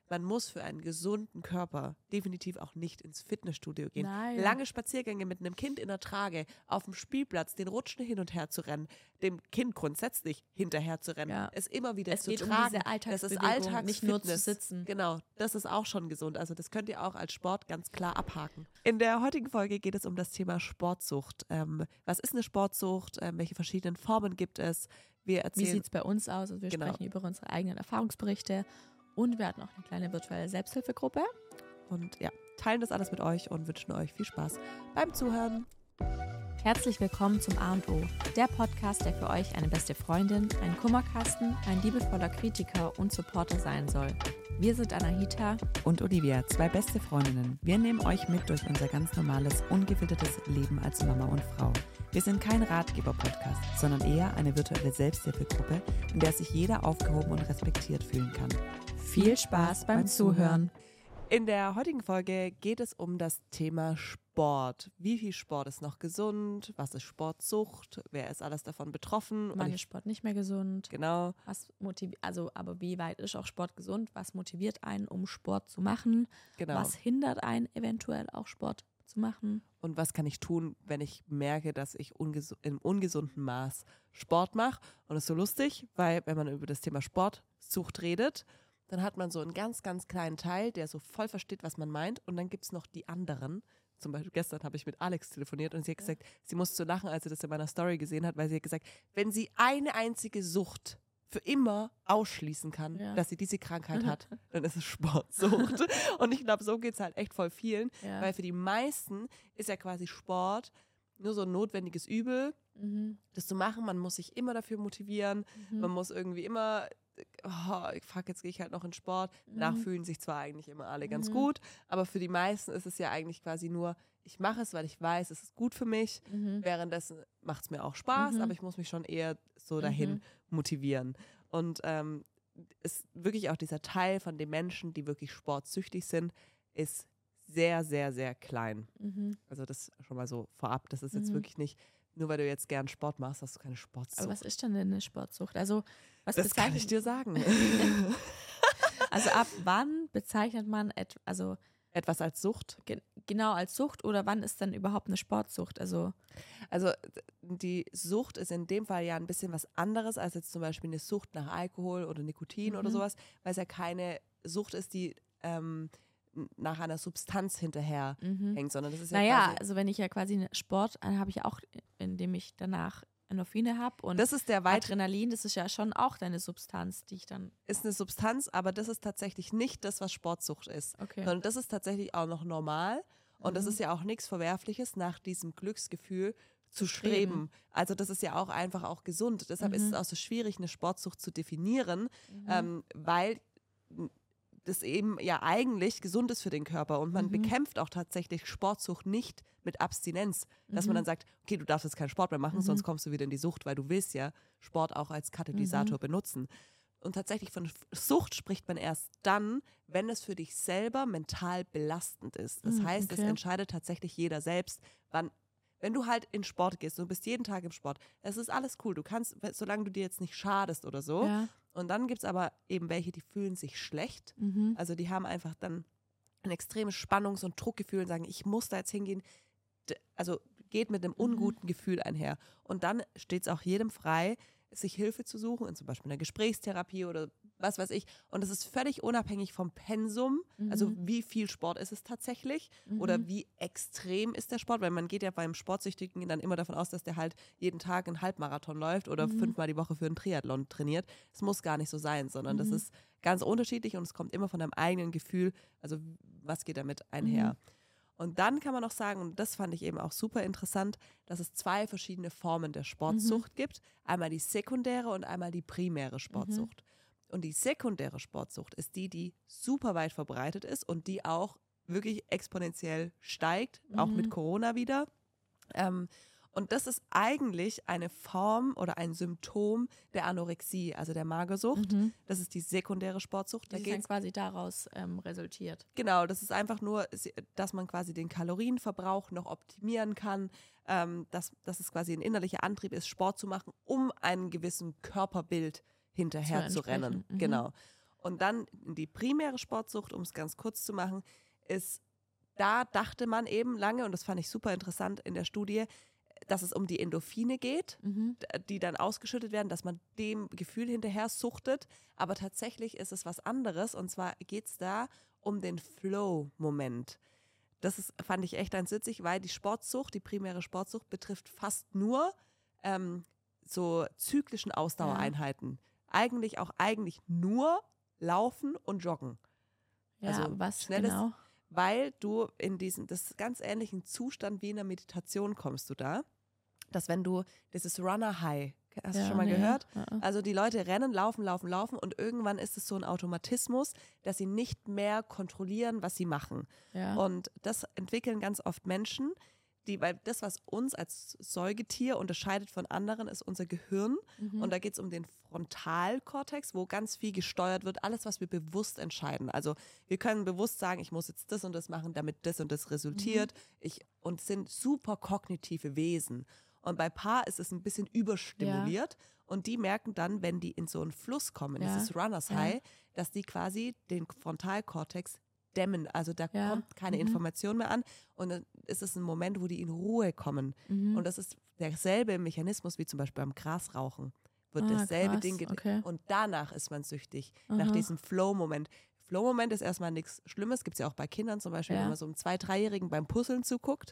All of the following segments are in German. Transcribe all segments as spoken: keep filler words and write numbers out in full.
man muss für einen gesunden Körper definitiv auch nicht ins Fitnessstudio gehen. Nein. Lange Spaziergänge mit einem Kind in der Trage, auf dem Spielplatz, den Rutschen hin und her zu rennen, dem Kind grundsätzlich hinterher zu rennen, Ja. es immer wieder Es zu geht um tragen. diese Alltagsbewegung, das ist Alltagsfitness. nicht nur zu sitzen. Genau, das ist auch schon gesund. Also das könnt ihr auch als Sport ganz klar abhaken. In der heutigen Folge geht es um das Thema Sportsucht. Ähm, was ist eine Sportsucht? Ähm, welche verschiedenen Formen gibt es? Wir erzählen, Wie sieht es bei uns aus? Also wir Genau. sprechen über unsere eigenen Erfahrungsberichte und wir hatten auch eine kleine virtuelle Selbsthilfegruppe. und ja, teilen das alles mit euch und wünschen euch viel Spaß beim Zuhören. Herzlich willkommen zum A und O, der Podcast, der für euch eine beste Freundin, ein Kummerkasten, ein liebevoller Kritiker und Supporter sein soll. Wir sind Anahita und Olivia, zwei beste Freundinnen. Wir nehmen euch mit durch unser ganz normales, ungefiltertes Leben als Mama und Frau. Wir sind kein Ratgeber-Podcast, sondern eher eine virtuelle Selbsthilfegruppe, in der sich jeder aufgehoben und respektiert fühlen kann. Viel Spaß beim Zuhören. In der heutigen Folge geht es um das Thema Sport. Wie viel Sport ist noch gesund? Was ist Sportsucht? Wer ist alles davon betroffen? Wann Und ist ich, Sport nicht mehr gesund? genau, Was motiviert, also aber wie weit ist auch Sport gesund? Was motiviert einen, um Sport zu machen? genau. Was hindert einen eventuell auch Sport zu machen? Und was kann ich tun, wenn ich merke, dass ich ungesu- im ungesunden Maß Sport mache? Und das ist so lustig, weil wenn man über das Thema Sportsucht redet, dann hat man so einen ganz, ganz kleinen Teil, der so voll versteht, was man meint. Und dann gibt es noch die anderen. Zum Beispiel gestern habe ich mit Alex telefoniert und sie hat gesagt, sie musste so lachen, als sie das in meiner Story gesehen hat, weil sie hat gesagt, wenn sie eine einzige Sucht für immer ausschließen kann, Ja. dass sie diese Krankheit hat, dann ist es Sportsucht. Und ich glaube, so geht es halt echt voll vielen, Ja. weil für die meisten ist ja quasi Sport nur so ein notwendiges Übel, Mhm. das zu machen. Man muss sich immer dafür motivieren, Mhm. man muss irgendwie immer, oh, ich fuck, jetzt gehe ich halt noch in Sport. Mhm. Nachfühlen sich zwar eigentlich immer alle ganz Mhm. gut, aber für die meisten ist es ja eigentlich quasi nur, ich mache es, weil ich weiß, es ist gut für mich. Mhm. Währenddessen macht es mir auch Spaß, Mhm. aber ich muss mich schon eher so dahin Mhm. motivieren. Und ähm, ist wirklich auch dieser Teil von den Menschen, die wirklich sportsüchtig sind, ist sehr, sehr, sehr klein. Mhm. Also das schon mal so vorab. Das ist jetzt Mhm. wirklich nicht, nur weil du jetzt gern Sport machst, hast du keine Sportsucht. Aber was ist denn eine Sportsucht? Also was das kann bezeichnet, ich dir sagen. also ab wann bezeichnet man et, also Etwas als Sucht. ge genau als Sucht oder wann ist dann überhaupt eine Sportsucht? Also Also die Sucht ist in dem Fall ja ein bisschen was anderes als jetzt zum Beispiel eine Sucht nach Alkohol oder Nikotin oder Mhm. sowas, weil es ja keine Sucht ist, die ähm, nach einer Substanz hinterher mhm. hängt, sondern das ist ja naja, quasi, also wenn ich ja quasi einen Sport, dann habe ich ja auch, indem ich danach Endorphine habe und das ist der weit Adrenalin, das ist ja schon auch deine Substanz, die ich dann, ist eine Substanz, aber das ist tatsächlich nicht das, was Sportsucht ist, okay. sondern das ist tatsächlich auch noch normal und das Mhm. ist ja auch nichts Verwerfliches, nach diesem Glücksgefühl zu streben. streben. Also das ist ja auch einfach auch gesund. Deshalb ist Mhm. es auch so schwierig, eine Sportsucht zu definieren, Mhm. ähm, weil das eben ja eigentlich gesund ist für den Körper und man Mhm. bekämpft auch tatsächlich Sportsucht nicht mit Abstinenz, dass man Mhm. dann sagt, okay, du darfst jetzt keinen Sport mehr machen, Mhm. sonst kommst du wieder in die Sucht, weil du willst ja Sport auch als Katalysator Mhm. benutzen. Und tatsächlich von Sucht spricht man erst dann, wenn es für dich selber mental belastend ist. Das Mhm, heißt, es okay. entscheidet tatsächlich jeder selbst, wann, wenn du halt in Sport gehst, du bist jeden Tag im Sport, es ist alles cool, du kannst, solange du dir jetzt nicht schadest oder so. Ja. Und dann gibt es aber eben welche, die fühlen sich schlecht. Mhm. Also die haben einfach dann ein extremes Spannungs- und Druckgefühl und sagen, ich muss da jetzt hingehen. D- Also geht mit einem Mhm. unguten Gefühl einher. Und dann steht es auch jedem frei, sich Hilfe zu suchen, in zum Beispiel einer Gesprächstherapie oder was weiß ich. Und das ist völlig unabhängig vom Pensum, also Mhm. wie viel Sport ist es tatsächlich Mhm. oder wie extrem ist der Sport, weil man geht ja beim Sportsüchtigen dann immer davon aus, dass der halt jeden Tag einen Halbmarathon läuft oder Mhm. fünfmal die Woche für einen Triathlon trainiert. Es muss gar nicht so sein, sondern das Mhm. ist ganz unterschiedlich und es kommt immer von deinem eigenen Gefühl, also was geht damit einher. Mhm. Und dann kann man auch sagen, und das fand ich eben auch super interessant, dass es zwei verschiedene Formen der Sportsucht gibt. Einmal die sekundäre und einmal die primäre Sportsucht. Und die sekundäre Sportsucht ist die, die super weit verbreitet ist und die auch wirklich exponentiell steigt, auch Mhm. mit Corona wieder. Ähm, und das ist eigentlich eine Form oder ein Symptom der Anorexie, also der Magersucht. Mhm. Das ist die sekundäre Sportsucht. Die Da ist dann geht's quasi daraus ähm, resultiert. Genau, das ist einfach nur, dass man quasi den Kalorienverbrauch noch optimieren kann, ähm, dass, dass es quasi ein innerlicher Antrieb ist, Sport zu machen, um einem gewissen Körperbild hinterher Zu zu rennen. entsprechen. Mhm. Genau. Und dann die primäre Sportsucht, um es ganz kurz zu machen, ist, da dachte man eben lange, und das fand ich super interessant in der Studie, dass es um die Endorphine geht, Mhm. die dann ausgeschüttet werden, dass man dem Gefühl hinterher suchtet. Aber tatsächlich ist es was anderes, und zwar geht es da um den Flow-Moment. Das ist, fand ich echt ganz witzig, weil die Sportsucht, die primäre Sportsucht, betrifft fast nur ähm, so zyklischen Ausdauereinheiten. Ja. Eigentlich auch eigentlich nur Laufen und Joggen. Ja, also was schnelles, genau? Weil du in diesen, das ist ganz ähnlichen Zustand wie in der Meditation kommst du da, dass wenn du dieses Runner High, hast Ja, du schon mal nee. gehört? Ja. Also die Leute rennen, laufen, laufen, laufen und irgendwann ist es so ein Automatismus, dass sie nicht mehr kontrollieren, was sie machen. Ja. Und das entwickeln ganz oft Menschen, die, weil das, was uns als Säugetier unterscheidet von anderen, ist unser Gehirn. Mhm. Und da geht es um den Frontalkortex, wo ganz viel gesteuert wird, alles, was wir bewusst entscheiden. Also wir können bewusst sagen, ich muss jetzt das und das machen, damit das und das resultiert. Mhm. Ich, und sind super kognitive Wesen. Und bei Paar ist es ein bisschen überstimuliert. Ja. Und die merken dann, wenn die in so einen Fluss kommen, Ja. dieses Runners High, ja. dass die quasi den Frontalkortex dämmen. Also da Ja. kommt keine Mhm. Information mehr an. Und dann ist es ein Moment, wo die in Ruhe kommen. Mhm. Und das ist derselbe Mechanismus wie zum Beispiel beim Grasrauchen. Wird Ah, dasselbe krass. Ding get- Okay. Und danach ist man süchtig. Aha. Nach diesem Flow-Moment. Flow-Moment ist erstmal nichts Schlimmes. Gibt es ja auch bei Kindern zum Beispiel, Ja. wenn man so einem Zwei-, Dreijährigen beim Puzzeln zuguckt.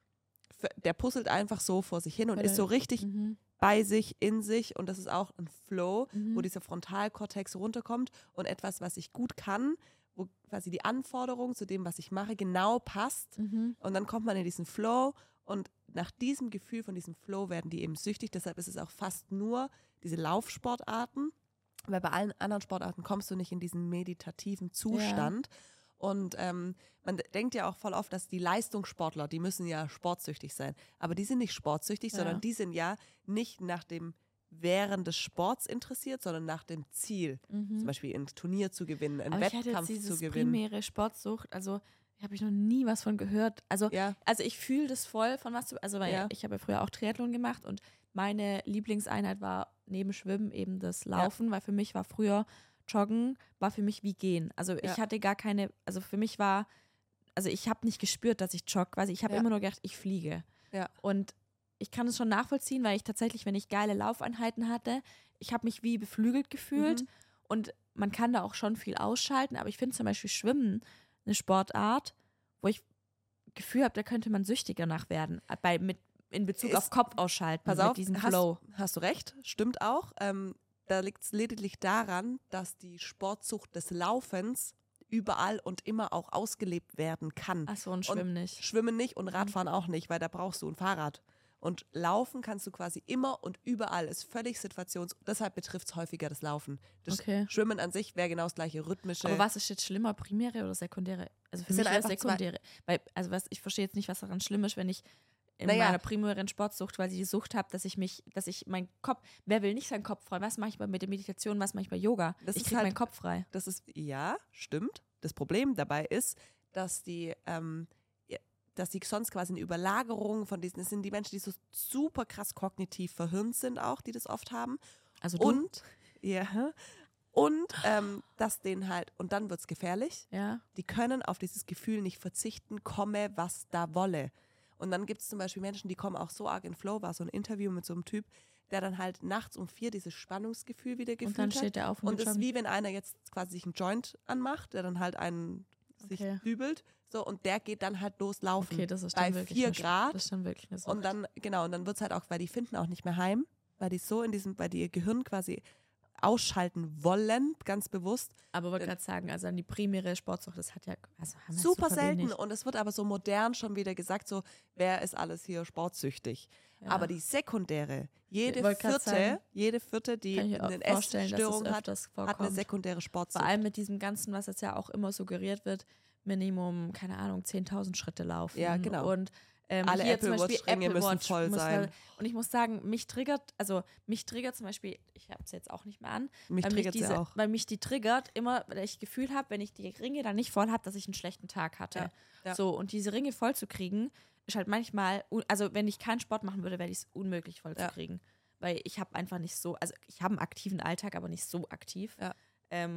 Der puzzelt einfach so vor sich hin und Weil ist so richtig Mhm. bei sich, in sich. Und das ist auch ein Flow, Mhm. wo dieser Frontalkortex runterkommt und etwas, was ich gut kann, wo quasi die Anforderung zu dem, was ich mache, genau passt. Mhm. Und dann kommt man in diesen Flow und nach diesem Gefühl von diesem Flow werden die eben süchtig. Deshalb ist es auch fast nur diese Laufsportarten, weil bei allen anderen Sportarten kommst du nicht in diesen meditativen Zustand. Ja. Und ähm, man d- denkt ja auch voll oft, dass die Leistungssportler, die müssen ja sportsüchtig sein. Aber die sind nicht sportsüchtig, Ja. sondern die sind ja nicht nach dem während des Sports interessiert, sondern nach dem Ziel. Mhm. Zum Beispiel ein Turnier zu gewinnen, einen Aber ich hatte Wettkampf jetzt dieses zu gewinnen. primäre Sportsucht, also habe ich noch nie was von gehört. Also, Ja. also ich fühle das voll von was du, also weil Ja. ich habe ja früher auch Triathlon gemacht und meine Lieblingseinheit war neben Schwimmen eben das Laufen, weil für mich war früher Joggen, war für mich wie Gehen. Also ich Ja. hatte gar keine, also für mich war, also ich habe nicht gespürt, dass ich jogge, quasi ich habe Ja. immer nur gedacht, ich fliege. Ja. Und ich kann es schon nachvollziehen, weil ich tatsächlich, wenn ich geile Laufeinheiten hatte, ich habe mich wie beflügelt gefühlt Mhm. und man kann da auch schon viel ausschalten, aber ich finde zum Beispiel Schwimmen eine Sportart, wo ich Gefühl habe, da könnte man süchtiger nach werden, bei, mit, in Bezug Ist- auf Kopf ausschalten, Pass mit auf, diesem hast, Flow. hast du recht, stimmt auch. Ähm, da liegt es lediglich daran, dass die Sportsucht des Laufens überall und immer auch ausgelebt werden kann. Achso, und Schwimmen nicht. Schwimmen nicht und Radfahren auch nicht, weil da brauchst du ein Fahrrad. Und Laufen kannst du quasi immer und überall, ist völlig situations-, deshalb betrifft es häufiger das Laufen. Das Okay. Schwimmen an sich wäre genau das gleiche, rhythmische. Aber was ist jetzt schlimmer, primäre oder sekundäre? Also für Es mich sind wäre es einfach zwei- sekundäre. Weil, also was, ich verstehe jetzt nicht, was daran schlimm ist, wenn ich in Naja. meiner primären Sportsucht, weil ich die Sucht habe, dass ich mich, dass ich meinen Kopf, wer will nicht seinen Kopf frei? Was mache ich bei mit der Meditation, was mache ich bei Yoga? Das ich ist kriege halt- meinen Kopf frei. Das ist, ja, stimmt. Das Problem dabei ist, dass die, ähm, ja, dass die sonst quasi eine Überlagerung von diesen, das sind die Menschen, die so super krass kognitiv verhirnt sind auch, die das oft haben. Also du? Und, ja, und ähm, dass denen halt, und dann wird es gefährlich, Ja. die können auf dieses Gefühl nicht verzichten, komme, was da wolle. Und dann gibt es zum Beispiel Menschen, die kommen auch so arg in Flow, war so ein Interview mit so einem Typ, der dann halt nachts um vier dieses Spannungsgefühl wieder gefühlt Und dann hat. steht er auf und, Und geht es ist joggen. wie wenn einer jetzt quasi sich einen Joint anmacht, der dann halt einen sich Okay. dübelt. So, und der geht dann halt loslaufen. Okay, das ist bei dann wirklich vier eine, Grad. Das ist dann wirklich eine Sucht. Und dann, genau, und dann wird es halt auch, weil die finden auch nicht mehr heim, weil die so in diesem, weil die ihr Gehirn quasi ausschalten wollen, ganz bewusst. aber wollte gerade sagen, also an die primäre Sportsucht, das hat ja, also haben wir Super, super selten. wenig. Und es wird aber so modern schon wieder gesagt, so, wer ist alles hier sportsüchtig? Ja. Aber die sekundäre, jede Ich wollte grad vierte, sagen, jede vierte, die kann ich mir eine auch vorstellen, dass Essstörung das hat, öfters hat eine vorkommt. sekundäre Sportsucht. Vor allem mit diesem Ganzen, was jetzt ja auch immer suggeriert wird, Minimum, keine Ahnung, zehntausend Schritte laufen. Ja, genau. Und ähm, Alle hier Apple zum Beispiel Watch-Ringe Apple müssen Watch voll muss sein. halt- Und ich muss sagen, mich triggert, also mich triggert zum Beispiel, ich habe es jetzt auch nicht mehr an, Mich weil, mich triggert sie diese, auch. weil mich die triggert immer, weil ich Gefühl habe, wenn ich die Ringe dann nicht voll habe, dass ich einen schlechten Tag hatte. Ja, ja. So, und diese Ringe voll zu kriegen, ist halt manchmal, un- also wenn ich keinen Sport machen würde, wäre es unmöglich voll Ja. zu kriegen. Weil ich habe einfach nicht so, also ich habe einen aktiven Alltag, aber nicht so aktiv. Ja. Ähm,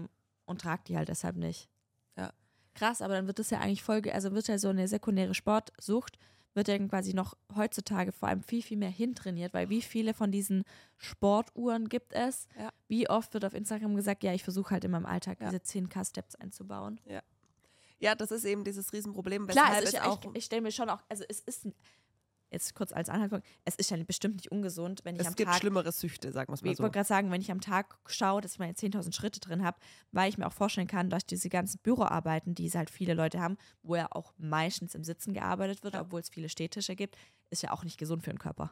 und trage die halt deshalb nicht. Ja. Krass, aber dann wird das ja eigentlich Folge, also wird ja so eine sekundäre Sportsucht, wird ja quasi noch heutzutage vor allem viel, viel mehr hintrainiert, weil wie viele von diesen Sportuhren gibt es? Ja. Wie oft wird auf Instagram gesagt, ja, ich versuche halt in meinem Alltag ja. diese zehn K Steps einzubauen. Ja. Ja, das ist eben dieses Riesenproblem. Klar, weshalb also ich, es auch ich, ich stelle mir schon auch, also es ist, jetzt kurz als Anhaltung, es ist ja bestimmt nicht ungesund, wenn ich es am gibt Tag, schlimmere Süchte, sagen wir es mal ich so. wollte gerade sagen, wenn ich am Tag schaue, dass ich meine zehntausend Schritte drin habe, weil ich mir auch vorstellen kann, durch diese ganzen Büroarbeiten, die es halt viele Leute haben, wo ja auch meistens im Sitzen gearbeitet wird, Ja. obwohl es viele Stehtische gibt, ist ja auch nicht gesund für den Körper.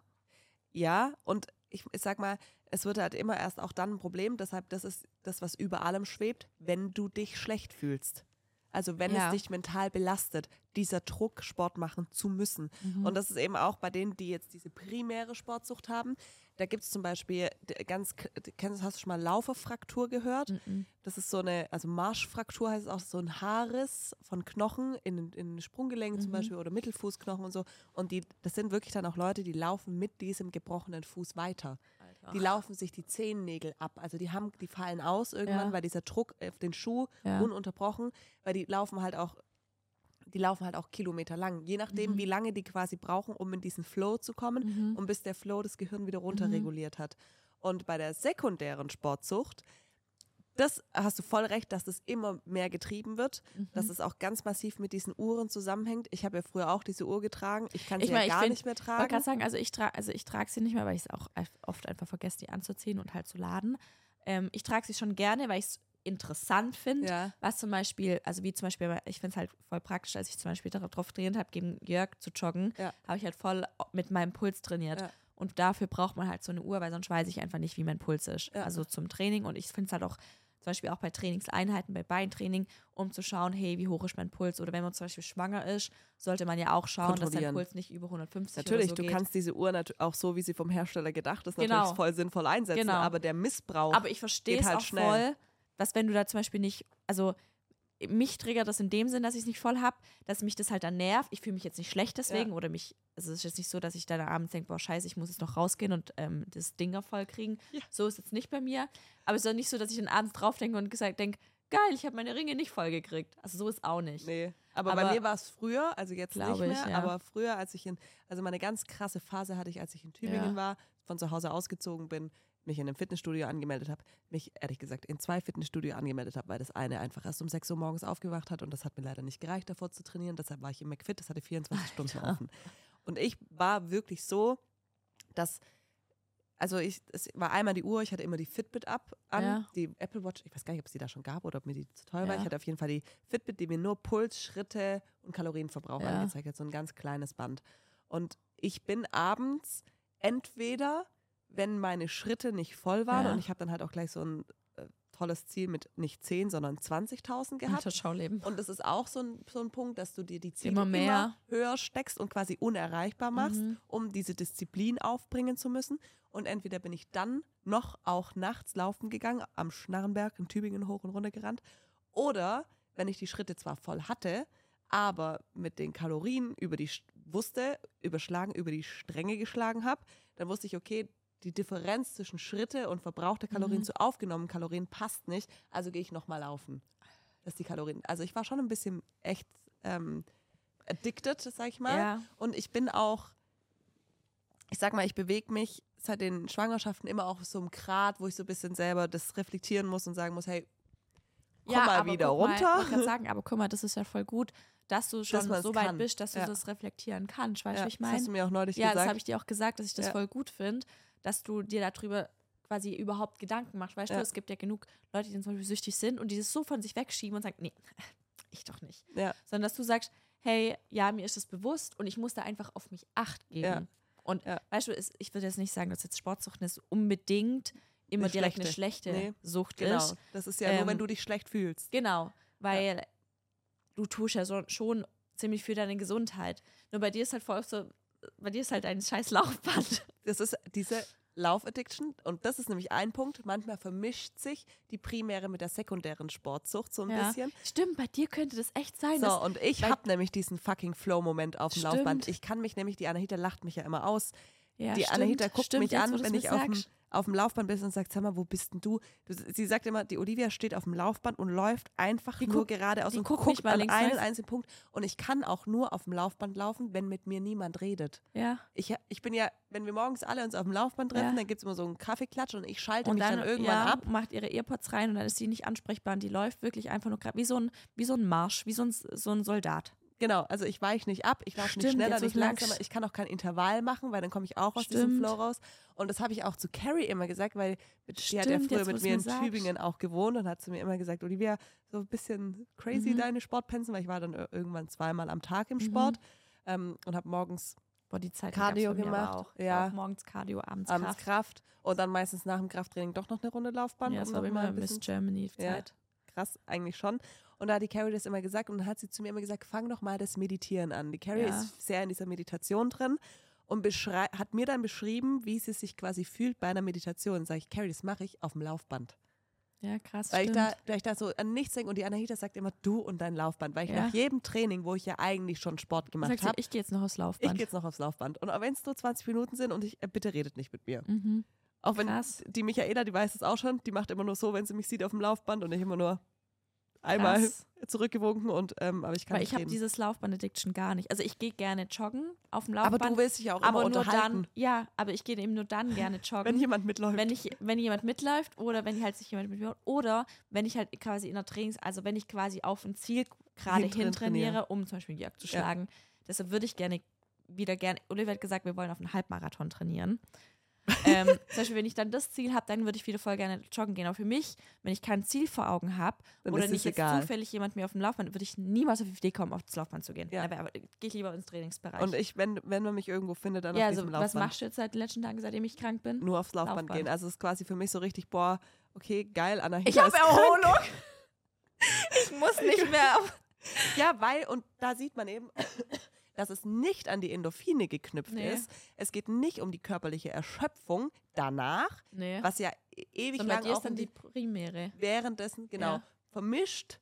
Ja, und ich, ich sag mal, es wird halt immer erst auch dann ein Problem, deshalb, das ist das, was über allem schwebt, wenn du dich schlecht fühlst. Also wenn Ja. es dich mental belastet, dieser Druck, Sport machen zu müssen. Mhm. Und das ist eben auch bei denen, die jetzt diese primäre Sportsucht haben. Da gibt es zum Beispiel d- ganz, kennst, hast du schon mal Lauferfraktur gehört? Mhm. Das ist so eine, also Marschfraktur heißt es auch, so ein Haarriss von Knochen in, in Sprunggelenken zum Mhm. Beispiel oder Mittelfußknochen und so. Und die, das sind wirklich dann auch Leute, die laufen mit diesem gebrochenen Fuß weiter. Die laufen sich die Zehennägel ab. Also die haben, die fallen aus irgendwann, Ja. weil dieser Druck auf den Schuh Ja. ununterbrochen, weil die laufen halt auch, die laufen halt auch Kilometer lang. Je nachdem, Mhm. wie lange die quasi brauchen, um in diesen Flow zu kommen Mhm. und bis der Flow das Gehirn wieder runterreguliert hat. Und bei der sekundären Sportsucht, das hast du voll recht, dass das immer mehr getrieben wird, Mhm. dass es auch ganz massiv mit diesen Uhren zusammenhängt. Ich habe ja früher auch diese Uhr getragen. Ich kann sie Ich meine, ja ich gar find- nicht mehr Ich wollte tragen. gerade sagen, also ich trage also ich trage sie nicht mehr, weil ich es auch eif- oft einfach vergesse, die anzuziehen und halt zu laden. Ähm, ich trage sie schon gerne, weil ich es interessant finde. Ja. Was zum Beispiel, also wie zum Beispiel, ich finde es halt voll praktisch, als ich zum Beispiel darauf trainiert habe, gegen Jörg zu joggen, Ja. habe ich halt voll mit meinem Puls trainiert. Ja. Und dafür braucht man halt so eine Uhr, weil sonst weiß ich einfach nicht, wie mein Puls ist. Ja. Also zum Training. Und ich finde es halt auch zum Beispiel auch bei Trainingseinheiten, bei Beintraining, um zu schauen, hey, wie hoch ist mein Puls? Oder wenn man zum Beispiel schwanger ist, sollte man ja auch schauen, dass dein Kontrollieren. Puls nicht über hundertfünfzig Natürlich, oder so du geht. kannst diese Uhr nat- auch so, wie sie vom Hersteller gedacht ist, Genau. natürlich voll sinnvoll einsetzen, Genau. aber der Missbrauch. Aber ich verstehe geht es halt auch schnell. voll, dass wenn du da zum Beispiel nicht, also mich triggert das in dem Sinn, dass ich es nicht voll habe, dass mich das halt dann nervt. Ich fühle mich jetzt nicht schlecht deswegen Ja. oder mich, also es ist jetzt nicht so, dass ich dann abends denke, boah scheiße, ich muss jetzt noch rausgehen und ähm, das Dinger voll kriegen. Ja. So ist jetzt nicht bei mir. Aber es ist auch nicht so, dass ich dann abends drauf denke und gesagt denke, geil, ich habe meine Ringe nicht voll gekriegt. Also so ist auch nicht. Nee. Aber, Aber- bei mir war es früher, also jetzt nicht Glaube mehr, ich, ja. aber früher, als ich in, also meine ganz krasse Phase hatte ich, als ich in Tübingen Ja. war, von zu Hause ausgezogen bin, mich in einem Fitnessstudio angemeldet habe, mich ehrlich gesagt in zwei Fitnessstudio angemeldet habe, weil das eine einfach erst um sechs Uhr morgens aufgewacht hat und das hat mir leider nicht gereicht, davor zu trainieren. Deshalb war ich im McFit, das hatte vierundzwanzig Stunden offen. Und ich war wirklich so, dass, also ich, es war einmal die Uhr, ich hatte immer die Fitbit ab an, Ja. die Apple Watch, ich weiß gar nicht, ob es die da schon gab oder ob mir die zu teuer war. Ja. Ich hatte auf jeden Fall die Fitbit, die mir nur Puls, Schritte und Kalorienverbrauch Ja. angezeigt hat, so ein ganz kleines Band. Und ich bin abends entweder, wenn meine Schritte nicht voll waren, Ja. und ich habe dann halt auch gleich so ein äh, tolles Ziel mit nicht zehn, sondern zwanzigtausend gehabt. Das Schauleben. Und das ist auch so ein, so ein Punkt, dass du dir die Ziele Immer immer, mehr. höher steckst und quasi unerreichbar machst, Mhm. um diese Disziplin aufbringen zu müssen. Und entweder bin ich dann noch auch nachts laufen gegangen, am Schnarrenberg in Tübingen hoch und runter gerannt, oder wenn ich die Schritte zwar voll hatte, aber mit den Kalorien über die St- wusste, überschlagen, über die Stränge geschlagen habe, dann wusste ich, okay, die Differenz zwischen Schritte und verbrauchte Kalorien Mhm. zu aufgenommenen Kalorien passt nicht, also gehe ich nochmal laufen. Das ist die Kalorien. Also ich war schon ein bisschen echt ähm, addicted, sag ich mal. Ja. Und ich bin auch, ich sag mal, ich bewege mich seit den Schwangerschaften immer auch auf so einem Grad, wo ich so ein bisschen selber das reflektieren muss und sagen muss, hey, komm mal aber wieder guck mal, runter. Ich wollte gerade sagen, aber guck mal, das ist ja voll gut, dass du schon man es so weit kann. bist, dass du Ja. das reflektieren kannst. Weißt du, Ja, wie ich das hast meine? du mir auch neulich Ja, das gesagt. habe ich dir auch gesagt, dass ich das Ja. voll gut finde, dass du dir darüber quasi überhaupt Gedanken machst. Weißt Ja. du, es gibt ja genug Leute, die dann zum Beispiel süchtig sind und die das so von sich wegschieben und sagen, nee, ich doch nicht. Ja. Sondern dass du sagst, hey, ja, mir ist das bewusst und ich muss da einfach auf mich Acht geben. Ja. Und Ja. weißt du, es, ich würde jetzt nicht sagen, dass jetzt Sportsucht ist unbedingt immer Eine direkt eine schlechte. schlechte Nee, Sucht Genau. ist. Das ist ja nur, Ähm, wenn du dich schlecht fühlst. Genau, weil du tust ja so, schon ziemlich für deine Gesundheit. Nur bei dir ist halt voll oft so, bei dir ist halt ein scheiß Laufband. Das ist diese Laufaddiction und das ist nämlich ein Punkt. Manchmal vermischt sich die primäre mit der sekundären Sportsucht so ein Ja. bisschen. Stimmt, bei dir könnte das echt sein. So, dass, und ich weil- habe nämlich diesen fucking Flow-Moment auf dem Stimmt. Laufband. Ich kann mich nämlich, die Anahita lacht mich ja immer aus. ja, die stimmt, Anahita guckt stimmt, mich jetzt, an, wo du's wenn mir ich auf dem, sagst. auf dem Laufband bist und sagst, sag mal, wo bist denn du? du sie sagt immer, die Olivia steht auf dem Laufband und läuft einfach Die nur guckt- geradeaus die und guckt guckt nicht mal an links, einen rechts. einzigen Punkt. Und ich kann auch nur auf dem Laufband laufen, wenn mit mir niemand redet. Ja. Ich, ich bin ja, wenn wir morgens alle uns auf dem Laufband treffen, Ja. dann gibt es immer so einen Kaffeeklatsch und ich schalte Und mich dann, dann, irgendwann ja, ab. macht ihre Earpods rein und dann ist sie nicht ansprechbar und die läuft wirklich einfach nur grad wie so ein, wie so ein Marsch, wie so ein, so ein Soldat. Genau, also ich weiche nicht ab, ich laufe nicht Stimmt, schneller, jetzt, wo nicht du langsamer, sagst. ich kann auch kein Intervall machen, weil dann komme ich auch aus diesem Stimmt. Flow raus. Und das habe ich auch zu Carrie immer gesagt, weil die hat ja Stimmt, früher jetzt, wo mit du's mir mir in sagst. Tübingen auch gewohnt und hat zu mir immer gesagt, Olivia, so ein bisschen crazy Mhm. deine Sportpensen, weil ich war dann ir- irgendwann zweimal am Tag im Mhm. Sport ähm, und habe morgens Boah, die Zeit Cardio gab's bei mir aber gemacht, Auch. ja. Auch morgens Cardio, abends, abends Kraft. Kraft und dann meistens nach dem Krafttraining doch noch eine Runde Laufband. Ja, das um war noch bei mal mir ein Miss bisschen Germany Ja. Zeit. krass, eigentlich schon. Und da hat die Carrie das immer gesagt und dann hat sie zu mir immer gesagt, fang doch mal das Meditieren an. Die Carrie Ja. ist sehr in dieser Meditation drin und beschrei- hat mir dann beschrieben, wie sie sich quasi fühlt bei einer Meditation. Sag ich, Carrie, das mache ich auf dem Laufband. Ja, krass, Weil ich, stimmt. da, weil ich da so an nichts denke und die Anahita sagt immer, du und dein Laufband. Weil ich Ja. nach jedem Training, wo ich ja eigentlich schon Sport gemacht Sagt sie, habe, ich gehe jetzt noch aufs ich Laufband. gehe jetzt noch aufs Laufband. Und auch wenn es nur zwanzig Minuten sind und ich, äh, bitte redet nicht mit mir. Mhm. Auch wenn Krass. die Michaela, die weiß es auch schon, die macht immer nur so, wenn sie mich sieht auf dem Laufband und ich immer nur einmal Krass. zurückgewunken und ähm, aber ich kann Weil nicht ich habe reden. dieses Laufband-Addiction gar nicht. Also ich gehe gerne joggen auf dem Aber Laufband. du willst dich ja auch immer aber nur unterhalten, dann, ja, aber ich gehe eben nur dann gerne joggen, wenn jemand mitläuft. wenn ich, wenn jemand mitläuft oder wenn halt sich jemand mit mir oder wenn ich halt quasi in der Trainings, also wenn ich quasi auf ein Ziel gerade Hintrin- hintrainiere, trainiere. um zum Beispiel einen Jagd zu schlagen. Deshalb würde ich gerne wieder gerne, Oliver hat gesagt, wir wollen auf einen Halbmarathon trainieren. ähm, zum Beispiel, wenn ich dann das Ziel habe, dann würde ich wieder voll gerne joggen gehen. Aber für mich, wenn ich kein Ziel vor Augen habe Dann oder ist es nicht jetzt egal. zufällig jemand mir auf dem Laufband, würde ich niemals auf die Idee kommen, auf das Laufband zu gehen. Ja. Aber, aber gehe ich lieber ins Trainingsbereich. Und ich, wenn, wenn man mich irgendwo findet, dann ja, auf also diesem was Laufband. machst du jetzt seit den letzten Tagen, seitdem ich krank bin? Nur aufs Laufband, Laufband. gehen. Also es ist quasi für mich so richtig, boah, okay, geil, Anahita Ich habe ist krank. Erholung. Ich muss nicht mehr auf. Ja, weil, und da sieht man eben, dass es nicht an die Endorphine geknüpft Nee. ist. Es geht nicht um die körperliche Erschöpfung danach, Nee. was ja e- ewig Sondern bei lang dir auch ist dann in die die, Primäre. währenddessen, genau, Ja. vermischt,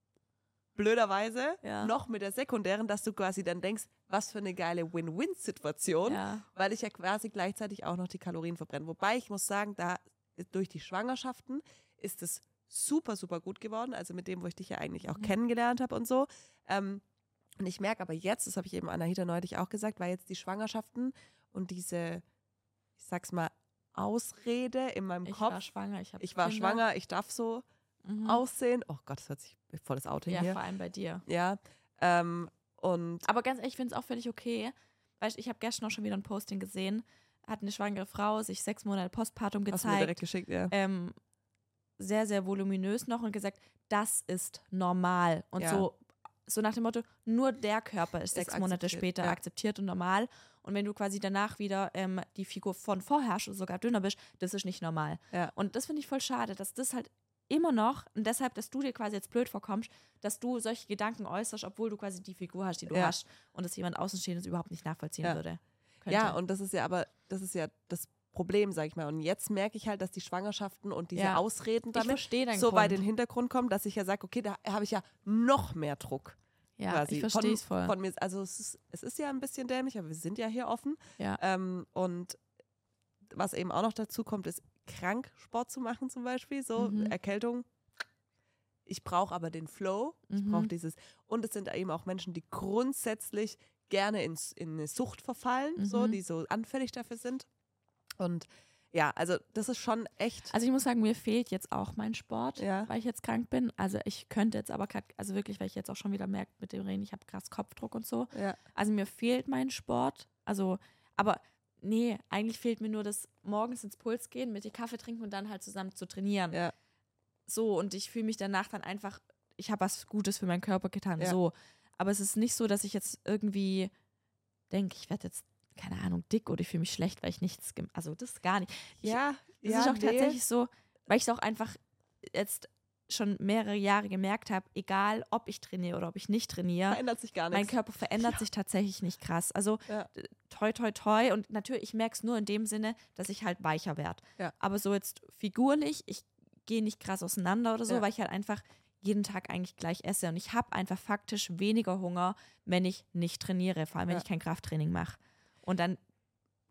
blöderweise, Ja. noch mit der sekundären, dass du quasi dann denkst, was für eine geile Win-Win-Situation, Ja. weil ich ja quasi gleichzeitig auch noch die Kalorien verbrenne. Wobei ich muss sagen, da durch die Schwangerschaften ist es super, super gut geworden. Also mit dem, wo ich dich ja eigentlich auch Mhm. kennengelernt habe und so. Ähm, und ich merke aber jetzt, das habe ich eben Anahita neulich auch gesagt, weil jetzt die Schwangerschaften und diese, ich sag's mal, Ausrede in meinem Ich Kopf. war schwanger. Ich, hab ich war Kinder. schwanger, ich darf so Mhm. aussehen. Oh Gott, das hört sich voll das Outing Ja, hier. vor allem bei dir. Ja. Ähm, und Aber ganz ehrlich, ich finde es auch völlig okay. Weißt, ich habe gestern auch schon wieder ein Posting gesehen. Hat eine schwangere Frau sich sechs Monate Postpartum hast du mir gezeigt. direkt geschickt, ja. ähm, sehr, sehr voluminös noch und gesagt, das ist normal. Und Ja. so, so nach dem Motto, nur der Körper ist Ist sechs Monate akzeptiert, später ja. akzeptiert und normal. Und wenn du quasi danach wieder ähm, die Figur von vorher hast oder sogar dünner bist, das ist nicht normal. Ja. Und das finde ich voll schade, dass das halt immer noch, und deshalb, dass du dir quasi jetzt blöd vorkommst, dass du solche Gedanken äußerst, obwohl du quasi die Figur hast, die du Ja. hast und dass jemand Außenstehendes überhaupt nicht nachvollziehen Ja. würde. Könnte. Ja, und das ist ja aber, das ist ja das Problem, sag ich mal. Und jetzt merke ich halt, dass die Schwangerschaften und diese Ja. Ausreden ich damit verstehe deinen so Grund. weit in den Hintergrund kommen, dass ich ja sage, okay, da habe ich ja noch mehr Druck. Ja, quasi. ich verstehe es von, voll. von mir. Also es ist, es ist ja ein bisschen dämlich, aber wir sind ja hier offen. Ja. Ähm, und was eben auch noch dazu kommt, ist krank Sport zu machen zum Beispiel, so Mhm. Erkältung. Ich brauche aber den Flow, ich Mhm. brauche dieses, und es sind eben auch Menschen, die grundsätzlich gerne ins, in eine Sucht verfallen, so, Mhm. die so anfällig dafür sind. Und ja, also das ist schon echt, Also ich muss sagen, mir fehlt jetzt auch mein Sport, Ja. weil ich jetzt krank bin. Also ich könnte jetzt aber, grad, also wirklich, weil ich jetzt auch schon wieder merke mit dem Reden, ich habe krass Kopfdruck und so. ja, Also mir fehlt mein Sport. Also, aber nee, eigentlich fehlt mir nur das morgens ins Puls gehen, mit dir Kaffee trinken und dann halt zusammen zu trainieren. ja, So, und ich fühle mich danach dann einfach, ich habe was Gutes für meinen Körper getan. Ja. So. Aber es ist nicht so, dass ich jetzt irgendwie denke, ich werde jetzt, keine Ahnung, dick oder ich fühle mich schlecht, weil ich nichts, gem- also das gar nicht. Ich, ja, Das ja, ist auch nee. tatsächlich so, weil ich es auch einfach jetzt schon mehrere Jahre gemerkt habe, egal ob ich trainiere oder ob ich nicht trainiere, verändert sich gar mein nichts. Körper verändert sich tatsächlich nicht krass. Also Ja. d- toi, toi, toi. Und natürlich, ich merke es nur in dem Sinne, dass ich halt weicher werde. Ja. Aber so jetzt figurlich, ich gehe nicht krass auseinander oder so, Ja. weil ich halt einfach jeden Tag eigentlich gleich esse. Und ich habe einfach faktisch weniger Hunger, wenn ich nicht trainiere, vor allem wenn Ja. ich kein Krafttraining mache. Und dann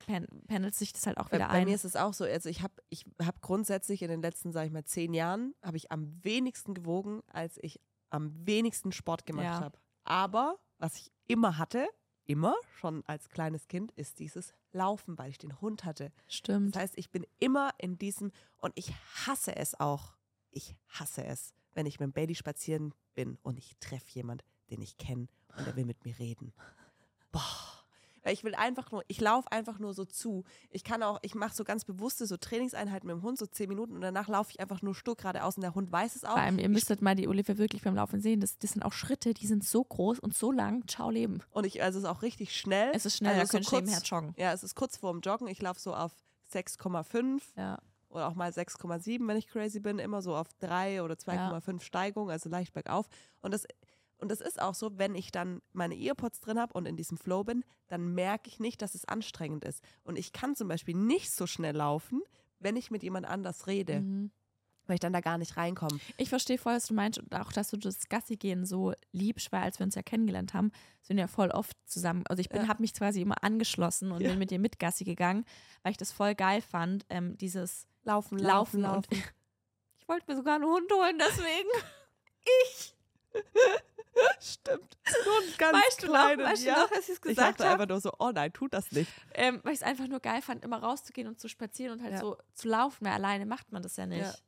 pen, pendelt sich das halt auch Bei, wieder bei ein. mir ist es auch so, also ich habe ich hab grundsätzlich in den letzten, sage ich mal, zehn Jahren, habe ich am wenigsten gewogen, als ich am wenigsten Sport gemacht Ja. habe. Aber was ich immer hatte, immer schon als kleines Kind, ist dieses Laufen, weil ich den Hund hatte. Stimmt. Das heißt, ich bin immer in diesem, und ich hasse es auch, ich hasse es, wenn ich mit dem Baby spazieren bin und ich treffe jemanden, den ich kenne und der will mit mir reden. Boah. Weil ich will einfach nur, ich laufe einfach nur so zu. Ich kann auch, ich mache so ganz bewusste so Trainingseinheiten mit dem Hund, so zehn Minuten und danach laufe ich einfach nur stur geradeaus und der Hund weiß es auch. Vor allem, ihr müsstet mal die Olivia wirklich beim Laufen sehen. Das, das sind auch Schritte, die sind so groß und so lang. Ciao, Leben. Und ich, also es ist auch richtig schnell. Es ist schnell, also da können so so kurz, nebenher joggen. Ja, es ist kurz vorm Joggen. Ich laufe so auf sechs Komma fünf Ja. oder auch mal sechs Komma sieben, wenn ich crazy bin. Immer so auf drei oder zwei Komma fünf ja. Steigung, also leicht bergauf. Und das Und das ist auch so, wenn ich dann meine Earpods drin habe und in diesem Flow bin, dann merke ich nicht, dass es anstrengend ist. Und ich kann zum Beispiel nicht so schnell laufen, wenn ich mit jemand anders rede, Mhm. weil ich dann da gar nicht reinkomme. Ich verstehe voll, was du meinst und auch, dass du das Gassi-Gehen so liebst, weil als wir uns ja kennengelernt haben, sind wir ja voll oft zusammen. Also ich bin, Ja. habe mich quasi immer angeschlossen und Ja. bin mit dir mit Gassi gegangen, weil ich das voll geil fand, ähm, dieses Laufen, Laufen, laufen, und laufen. ich wollte mir sogar einen Hund holen, deswegen. Ich. Stimmt. Nur ein ganz Weißt du noch, kleinen, weißt du ja. noch, als ich es Ich gesagt dachte habe? einfach nur so, oh nein, tut das nicht. Ähm, weil ich es einfach nur geil fand, immer rauszugehen und zu spazieren und halt Ja. so zu laufen, weil alleine macht man das ja nicht. Ja.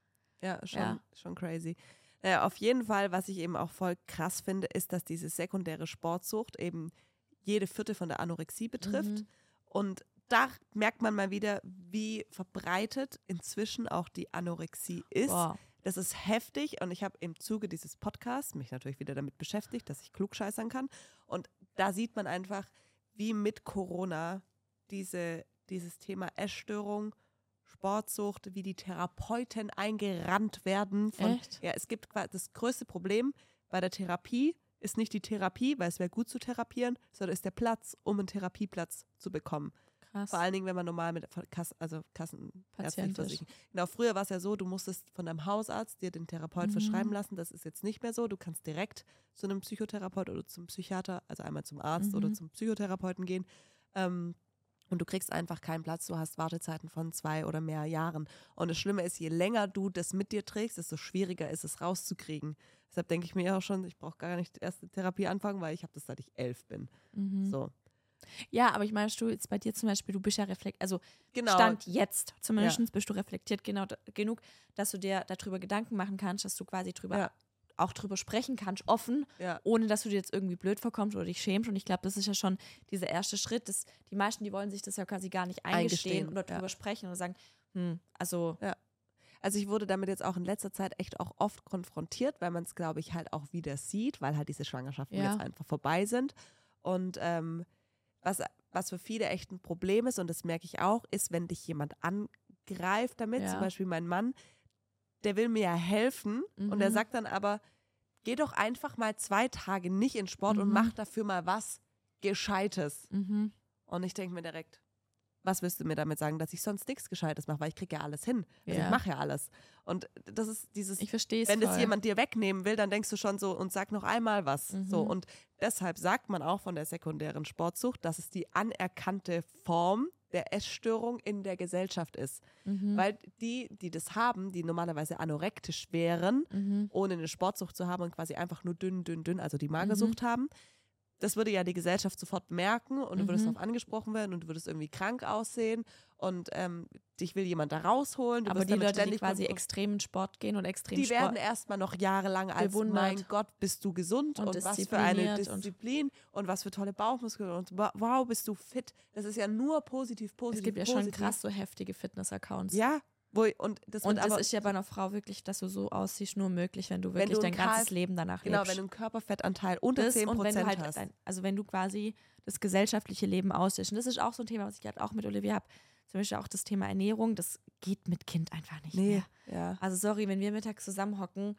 Ja, schon, Ja. schon crazy. Naja, auf jeden Fall, was ich eben auch voll krass finde, ist, dass diese sekundäre Sportsucht eben jede Vierte von der Anorexie betrifft. Mhm. Und da merkt man mal wieder, wie verbreitet inzwischen auch die Anorexie ist. Boah. Das ist heftig und ich habe im Zuge dieses Podcasts mich natürlich wieder damit beschäftigt, dass ich klugscheißern kann. Und da sieht man einfach, wie mit Corona diese, dieses Thema Essstörung, Sportsucht, wie die Therapeuten eingerannt werden. Von, Echt? Ja, es gibt qua- das größte Problem bei der Therapie ist nicht die Therapie, weil es wäre gut zu therapieren, sondern ist der Platz, um einen Therapieplatz zu bekommen. Krass. Vor allen Dingen, wenn man normal mit Kass, also Kassenärztlich Patientisch. versichern. Genau, früher war es ja so, du musstest von deinem Hausarzt dir den Therapeut Mhm. verschreiben lassen. Das ist jetzt nicht mehr so. Du kannst direkt zu einem Psychotherapeut oder zum Psychiater, also einmal zum Arzt Mhm. oder zum Psychotherapeuten gehen. Ähm, und du kriegst einfach keinen Platz. Du hast Wartezeiten von zwei oder mehr Jahren. Und das Schlimme ist, je länger du das mit dir trägst, desto schwieriger ist es rauszukriegen. Deshalb denke ich mir ja auch schon, ich brauche gar nicht erste Therapie anfangen, weil ich habe das, seit ich elf bin. Mhm. So. Ja, aber ich meine, du jetzt bei dir zum Beispiel, du bist ja reflektiert, also Genau. Stand jetzt zumindest bist du reflektiert genau da, genug, dass du dir darüber Gedanken machen kannst, dass du quasi drüber Ja. auch drüber sprechen kannst, offen, Ja. ohne dass du dir jetzt irgendwie blöd vorkommst oder dich schämst. Und ich glaube, das ist ja schon dieser erste Schritt. Das, die meisten, die wollen sich das ja quasi gar nicht eingestehen, Eingestehen, oder drüber ja. sprechen oder sagen, hm, also Also ich wurde damit jetzt auch in letzter Zeit echt auch oft konfrontiert, weil man es, glaube ich, halt auch wieder sieht, weil halt diese Schwangerschaften Ja. jetzt einfach vorbei sind. Und ähm, was, was für viele echt ein Problem ist, und das merke ich auch, ist, wenn dich jemand angreift damit, Ja. zum Beispiel mein Mann, der will mir ja helfen und der Mhm. sagt dann aber, geh doch einfach mal zwei Tage nicht in Sport und Mhm. mach dafür mal was Gescheites. mhm. Und ich denke mir direkt, was willst du mir damit sagen, dass ich sonst nichts Gescheites mache, weil ich kriege ja alles hin. Also Ja. ich mache ja alles. Und das ist dieses, Ich verstehe es wenn das voll. jemand dir wegnehmen will, dann denkst du schon so und sag noch einmal was. Mhm. So, und deshalb sagt man auch von der sekundären Sportsucht, dass es die anerkannte Form der Essstörung in der Gesellschaft ist. Mhm. Weil die, die das haben, die normalerweise anorektisch wären, Mhm. ohne eine Sportsucht zu haben und quasi einfach nur dünn, dünn, dünn, also die Mhm. Magersucht haben, das würde ja die Gesellschaft sofort merken und du würdest Mhm. darauf angesprochen werden und du würdest irgendwie krank aussehen und ähm, dich will jemand da rausholen. Du Aber wirst die damit Leute, die ständig quasi konfron- extremen Sport gehen und extrem die Sport, werden erstmal noch jahrelang als, bewundert. mein Gott, bist du gesund Und und, was für eine diszipliniert und- Disziplin und, was für tolle Bauchmuskeln und wa- wow, bist du fit. Das ist ja nur positiv, positiv, es gibt ja positiv. schon krass so heftige Fitness-Accounts. Ja, wo, und das Und wird das aber, ist ja bei einer Frau wirklich, dass du so aussiehst, nur möglich, wenn du Wenn wirklich du dein ein ganzes K- Leben danach genau, lebst. wenn du einen Körperfettanteil unter Das zehn und wenn Prozent du halt hast. dein, also wenn du quasi das gesellschaftliche Leben aussiehst. Und das ist auch so ein Thema, was ich halt auch mit Olivia habe. Zum Beispiel auch das Thema Ernährung, das geht mit Kind einfach nicht Nee, mehr. ja, Also sorry, wenn wir mittags zusammenhocken,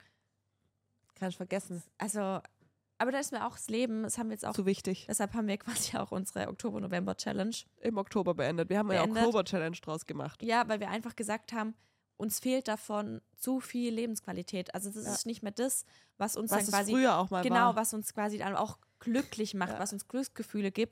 kann ich vergessen. also, aber da ist mir auch das Leben, das haben wir jetzt auch, Zu wichtig. deshalb haben wir quasi auch unsere Oktober-November-Challenge. Im Oktober beendet. Wir haben ja Beendet. Oktober-Challenge draus gemacht. Ja, weil wir einfach gesagt haben, uns fehlt davon zu viel Lebensqualität. Also das Ja. ist nicht mehr das, was uns Was dann es quasi früher auch mal genau, war. was uns quasi dann auch glücklich macht, Ja. was uns Glücksgefühle gibt,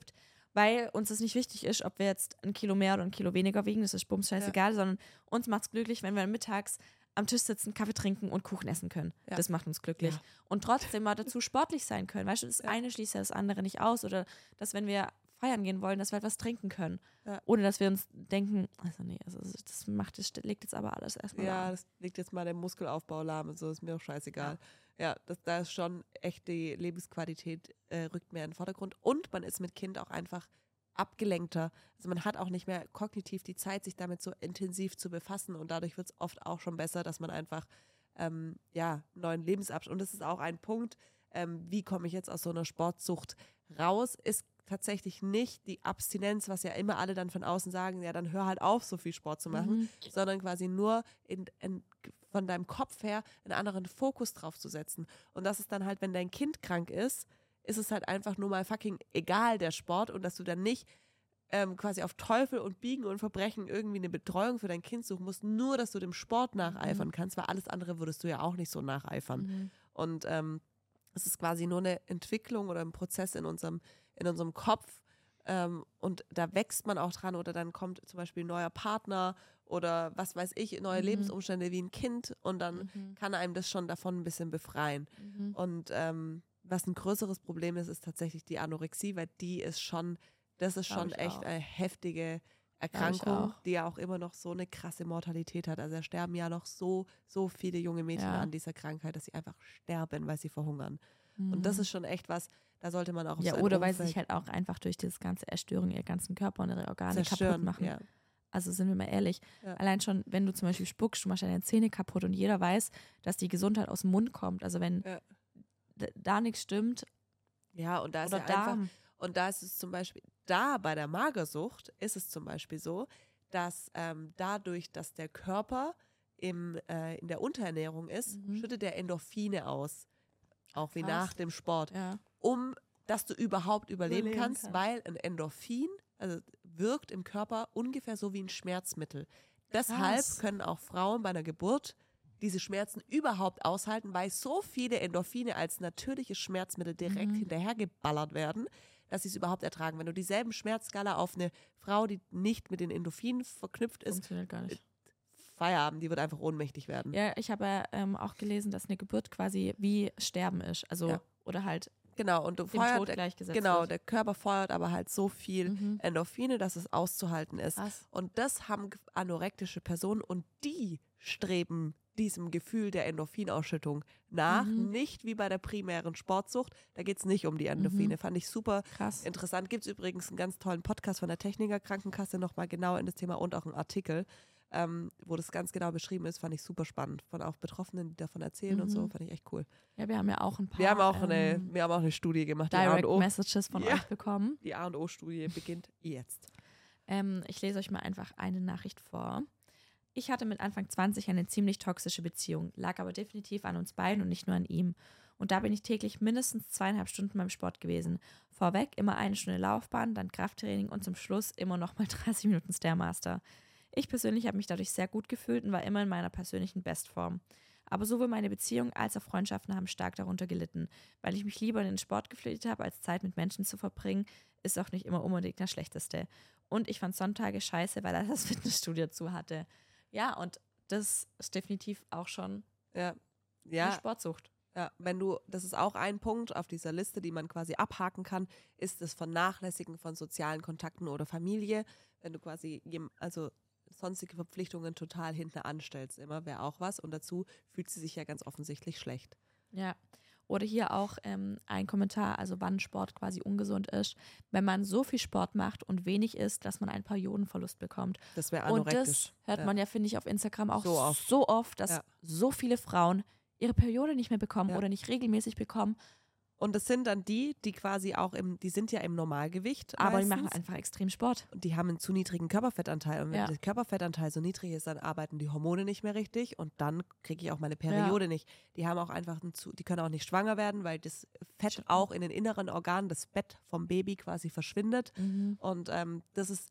weil uns das nicht wichtig ist, ob wir jetzt ein Kilo mehr oder ein Kilo weniger wiegen, das ist bums scheißegal, ja. sondern uns macht es glücklich, wenn wir mittags am Tisch sitzen, Kaffee trinken und Kuchen essen können. Ja. Das macht uns glücklich. Ja. Und trotzdem mal dazu sportlich sein können. Weißt du, das ja. eine schließt ja das andere nicht aus. Oder dass, wenn wir feiern gehen wollen, dass wir etwas trinken können. Ja. Ohne dass wir uns denken, also nee, also das macht, das legt jetzt aber alles erstmal Ja, lahm. das legt jetzt mal den Muskelaufbau lahm und so, ist mir auch scheißegal. Ja, ja das, da ist schon echt die Lebensqualität äh, rückt mehr in den Vordergrund. Und man ist mit Kind auch einfach abgelenkter. Also man hat auch nicht mehr kognitiv die Zeit, sich damit so intensiv zu befassen und dadurch wird es oft auch schon besser, dass man einfach ähm, ja, neuen Lebensabschnitt, und das ist auch ein Punkt, ähm, wie komme ich jetzt aus so einer Sportsucht raus, ist tatsächlich nicht die Abstinenz, was ja immer alle dann von außen sagen, ja dann hör halt auf, so viel Sport zu machen, mhm. sondern quasi nur in, in, von deinem Kopf her einen anderen Fokus drauf zu setzen. Und das ist dann halt, wenn dein Kind krank ist, ist es halt einfach nur mal fucking egal, der Sport, und dass du dann nicht ähm, quasi auf Teufel und Biegen und Verbrechen irgendwie eine Betreuung für dein Kind suchen musst, nur, dass du dem Sport nacheifern mhm. kannst, weil alles andere würdest du ja auch nicht so nacheifern. Mhm. Und ähm, es ist quasi nur eine Entwicklung oder ein Prozess in unserem, in unserem Kopf ähm, und da wächst man auch dran, oder dann kommt zum Beispiel ein neuer Partner oder was weiß ich, neue mhm. Lebensumstände wie ein Kind, und dann mhm. kann einem das schon davon ein bisschen befreien. Mhm. Und ähm, was ein größeres Problem ist, ist tatsächlich die Anorexie, weil die ist schon, das ist schon echt auch. eine heftige Erkrankung, die ja auch immer noch so eine krasse Mortalität hat. Also da sterben ja noch so, so viele junge Mädchen ja. an dieser Krankheit, dass sie einfach sterben, weil sie verhungern. Mhm. Und das ist schon echt was, da sollte man auch auf Ja, oder weil sie sich halt auch einfach durch diese ganze Erstörung ihr ganzen Körper und ihre Organe kaputt machen. Ja. Also sind wir mal ehrlich, ja. allein schon, wenn du zum Beispiel spuckst, du machst deine Zähne kaputt und jeder weiß, dass die Gesundheit aus dem Mund kommt. Also wenn ja. d- da nichts stimmt, ja, und da ist oder ja einfach, und da ist es zum Beispiel, da bei der Magersucht ist es zum Beispiel so, dass ähm, dadurch, dass der Körper im, äh, in der Unterernährung ist, mhm. schüttet der Endorphine aus, auch wie Krass. nach dem Sport, ja. um, dass du überhaupt überleben, überleben kannst, kann. weil ein Endorphin, also wirkt im Körper ungefähr so wie ein Schmerzmittel. Krass. Deshalb können auch Frauen bei einer Geburt diese Schmerzen überhaupt aushalten, weil so viele Endorphine als natürliches Schmerzmittel direkt mhm. hinterhergeballert werden, dass sie es überhaupt ertragen. Wenn du dieselben Schmerzskala auf eine Frau, die nicht mit den Endorphinen verknüpft ist, funktioniert gar nicht. Feierabend, die wird einfach ohnmächtig werden. Ja, ich habe ja ähm, auch gelesen, dass eine Geburt quasi wie Sterben ist. Also, ja. oder halt Genau, und du dem feuert, Tod gleichgesetzt genau, wird. Der Körper feuert aber halt so viel mhm. Endorphine, dass es auszuhalten ist. Krass. Und das haben anorektische Personen, und die streben diesem Gefühl der Endorphinausschüttung nach, mhm. nicht wie bei der primären Sportsucht. Da geht es nicht um die Endorphine. Mhm. Fand ich super Krass. interessant. Gibt es übrigens einen ganz tollen Podcast von der Techniker Krankenkasse nochmal genau in das Thema und auch einen Artikel, ähm, wo das ganz genau beschrieben ist. Fand ich super spannend. Von auch Betroffenen, die davon erzählen mhm. und so. Fand ich echt cool. Ja, wir haben ja auch ein paar Wir haben auch, ähm, eine, wir haben auch eine Studie gemacht. Direct Messages von ja. euch bekommen. Die A und O-Studie beginnt jetzt. Ähm, ich lese euch mal einfach eine Nachricht vor. Ich hatte mit Anfang zwanzig eine ziemlich toxische Beziehung, lag aber definitiv an uns beiden und nicht nur an ihm. Und da bin ich täglich mindestens zweieinhalb Stunden beim Sport gewesen. Vorweg immer eine Stunde Laufbahn, dann Krafttraining und zum Schluss immer noch mal dreißig Minuten Stairmaster. Ich persönlich habe mich dadurch sehr gut gefühlt und war immer in meiner persönlichen Bestform. Aber sowohl meine Beziehung als auch Freundschaften haben stark darunter gelitten. Weil ich mich lieber in den Sport geflüchtet habe, als Zeit mit Menschen zu verbringen, ist auch nicht immer unbedingt das Schlechteste. Und ich fand Sonntage scheiße, weil er das Fitnessstudio zu hatte. Ja, und das ist definitiv auch schon ja. Ja. eine Sportsucht. Ja, wenn du, das ist auch ein Punkt auf dieser Liste, die man quasi abhaken kann, ist das Vernachlässigen von sozialen Kontakten oder Familie. Wenn du quasi, also sonstige Verpflichtungen total hinten anstellst, immer wäre auch was. Und dazu fühlt sie sich ja ganz offensichtlich schlecht. Ja. Oder hier auch ähm, ein Kommentar, also wann Sport quasi ungesund ist, wenn man so viel Sport macht und wenig isst, dass man einen Periodenverlust bekommt. Das wäre anorektisch. Und das hört ja. man ja, finde ich, auf Instagram auch so oft, so oft dass ja. so viele Frauen ihre Periode nicht mehr bekommen ja. oder nicht regelmäßig bekommen. Und das sind dann die, die quasi auch im, die sind ja im Normalgewicht. Aber meistens. Die machen einfach extrem Sport. Und die haben einen zu niedrigen Körperfettanteil. Und wenn ja. der Körperfettanteil so niedrig ist, dann arbeiten die Hormone nicht mehr richtig und dann kriege ich auch meine Periode ja. nicht. Die haben auch einfach einen zu, die können auch nicht schwanger werden, weil das Fett Stimmt. auch in den inneren Organen, das Bett vom Baby quasi verschwindet. Mhm. Und ähm, das ist,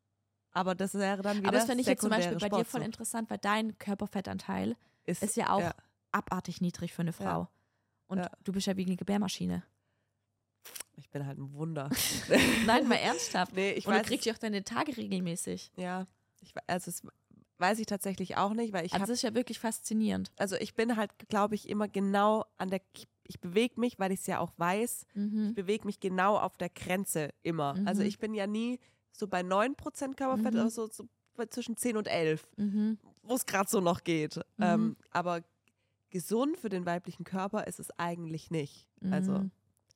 aber das wäre dann wieder Aber das finde ich jetzt zum Beispiel bei Sportsucht. dir voll interessant, weil dein Körperfettanteil ist, ist ja auch ja. abartig niedrig für eine Frau. Ja. Und ja. du bist ja wie eine Gebärmaschine. Ich bin halt ein Wunder. Nein, mal ernsthaft. Nee, ich Und weiß du kriegst ja auch deine Tage regelmäßig. Ja, ich, we- also das weiß ich tatsächlich auch nicht, weil ich Also habe, das ist ja wirklich faszinierend. also ich bin halt, glaube ich, immer genau an der, ich, ich bewege mich, weil ich es ja auch weiß, Mhm. ich bewege mich genau auf der Grenze immer. Mhm. Also ich bin ja nie so bei neun Prozent Körperfett, Mhm. aber so, so bei zwischen zehn und elf, Mhm. wo es gerade so noch geht. Mhm. Ähm, aber gesund für den weiblichen Körper ist es eigentlich nicht. Also Mhm.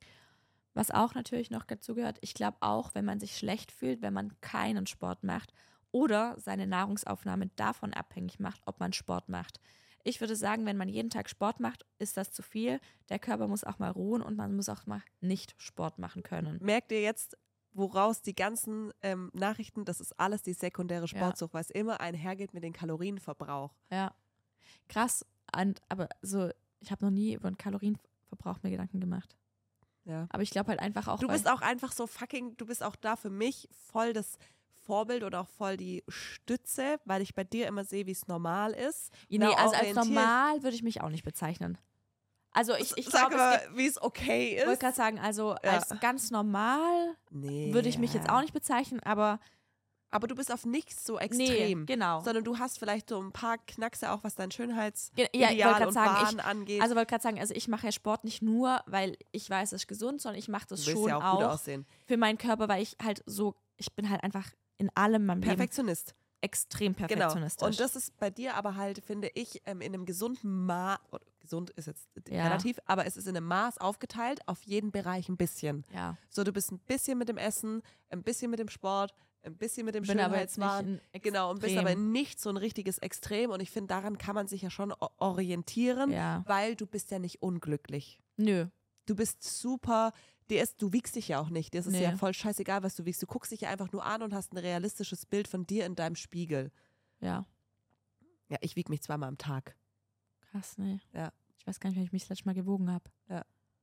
Was auch natürlich noch dazu gehört, ich glaube auch, wenn man sich schlecht fühlt, wenn man keinen Sport macht oder seine Nahrungsaufnahme davon abhängig macht, ob man Sport macht. Ich würde sagen, wenn man jeden Tag Sport macht, ist das zu viel. Der Körper muss auch mal ruhen und man muss auch mal nicht Sport machen können. merkt ihr jetzt, woraus die ganzen ähm, Nachrichten, das ist alles die sekundäre Sportsucht, weil es immer einhergeht mit dem Kalorienverbrauch. Ja, krass. Und, aber so, ich habe noch nie über den Kalorienverbrauch mir Gedanken gemacht. Ja. Aber ich glaube halt einfach auch, Du weil, bist auch einfach so fucking, du bist auch da für mich voll das Vorbild oder auch voll die Stütze, weil ich bei dir immer sehe, wie es normal ist. nee, Da also als orientiere ich- normal würde ich mich auch nicht bezeichnen. Also ich, ich Sag glaube, es mal, gibt, wie es okay ich wollte ist. gerade sagen, also Ja. als ganz normal Nee. würde ich mich jetzt auch nicht bezeichnen, aber Aber du bist auf nichts so nee, extrem. genau. Sondern du hast vielleicht so ein paar Knackse auch, was dein Schönheitsideal Ge- ja, ich wollte gerade und sagen, ich, Wahn angeht. also wollte gerade sagen, also ich mache ja Sport nicht nur, weil ich weiß, es ist gesund, sondern ich mache das du willst schon ja auch, auch, gut aussehen. für meinen Körper, weil ich halt so, ich bin halt einfach in allem in meinem Leben Perfektionist. extrem Genau. perfektionistisch. Und das ist bei dir aber halt, finde ich, ähm, in einem gesunden Maß, gesund ist jetzt Ja. relativ, aber es ist in einem Maß aufgeteilt, auf jeden Bereich ein bisschen. ja, So, du bist ein bisschen mit dem Essen, ein bisschen mit dem Sport, ein bisschen mit dem bin aber jetzt nicht Schönheitswahn. in Genau, und bist Extrem. aber nicht so ein richtiges Extrem. Und ich finde, daran kann man sich ja schon o- orientieren, Ja. weil du bist ja nicht unglücklich. Nö. Du bist super, dir ist, du wiegst dich ja auch nicht. Dir ist es Nee. ja voll scheißegal, was du wiegst. Du guckst dich ja einfach nur an und hast ein realistisches Bild von dir in deinem Spiegel. Ja. Ja, ich wiege mich zweimal am Tag. Krass, nee. Ja. Ich weiß gar nicht, wenn ich mich das letzte Mal gewogen habe. Ja.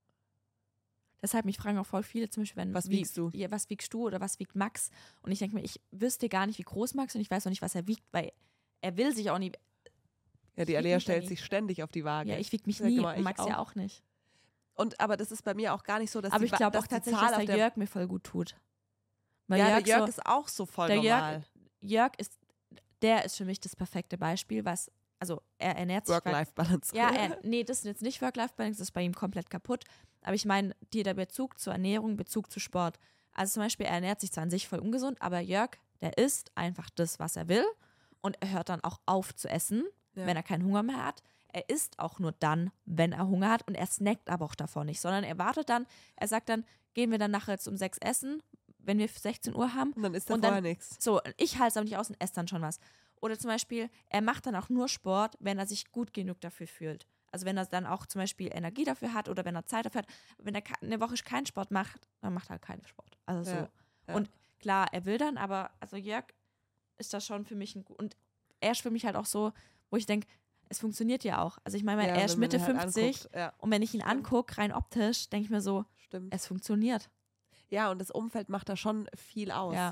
Deshalb mich fragen auch voll viele, zum Beispiel, wenn Was wie, wiegst du? Ja, was wiegst du oder was wiegt Max? Und ich denke mir, ich wüsste gar nicht, wie groß Max ist und ich weiß auch nicht, was er wiegt, weil er will sich auch nie. Ja, die Ich wieg Alea mich ja stellt nie. sich ständig auf die Waage. Ja, ich wiege mich Sag nie mal, und ich Max ja auch. auch nicht. Und aber das ist bei mir auch gar nicht so, dass Aber die, ich Wa- glaube dass auch die tatsächlich, Zahl dass auf der der Jörg mir voll gut tut. Weil Ja, Jörg, der Jörg so, ist auch so voll der Jörg- normal. Jörg ist, der ist für mich das perfekte Beispiel, was, also er ernährt sich. Work-Life-Balance. Ja, er, nee, das ist jetzt nicht Work-Life-Balance, das ist bei ihm komplett kaputt. Aber ich meine, dir der Bezug zur Ernährung, Bezug zu Sport. Also zum Beispiel, er ernährt sich zwar an sich voll ungesund, aber Jörg, der isst einfach das, was er will und er hört dann auch auf zu essen, Ja. wenn er keinen Hunger mehr hat. Er isst auch nur dann, wenn er Hunger hat und er snackt aber auch davor nicht, sondern er wartet dann, er sagt dann, gehen wir dann nachher jetzt um sechs essen, wenn wir sechzehn Uhr haben. Und dann ist da Und dann- vorher nichts. So, ich halte es aber nicht aus und esse dann schon was. Oder zum Beispiel, er macht dann auch nur Sport, wenn er sich gut genug dafür fühlt. Also wenn er dann auch zum Beispiel Energie dafür hat oder wenn er Zeit dafür hat. Wenn er ke- eine Woche keinen Sport macht, dann macht er halt keinen Sport. Also so. Ja, ja. Und klar, er will dann, aber also Jörg ist das schon für mich ein gut. Und er ist für mich halt auch so, wo ich denke, es funktioniert ja auch. Also ich meine, Ja, er ist wenn man Mitte ihn halt fünfzig anguckt, ja, und wenn ich ihn Stimmt. angucke, rein optisch, denke ich mir so, stimmt. es funktioniert. Ja, und das Umfeld macht da schon viel aus. Ja.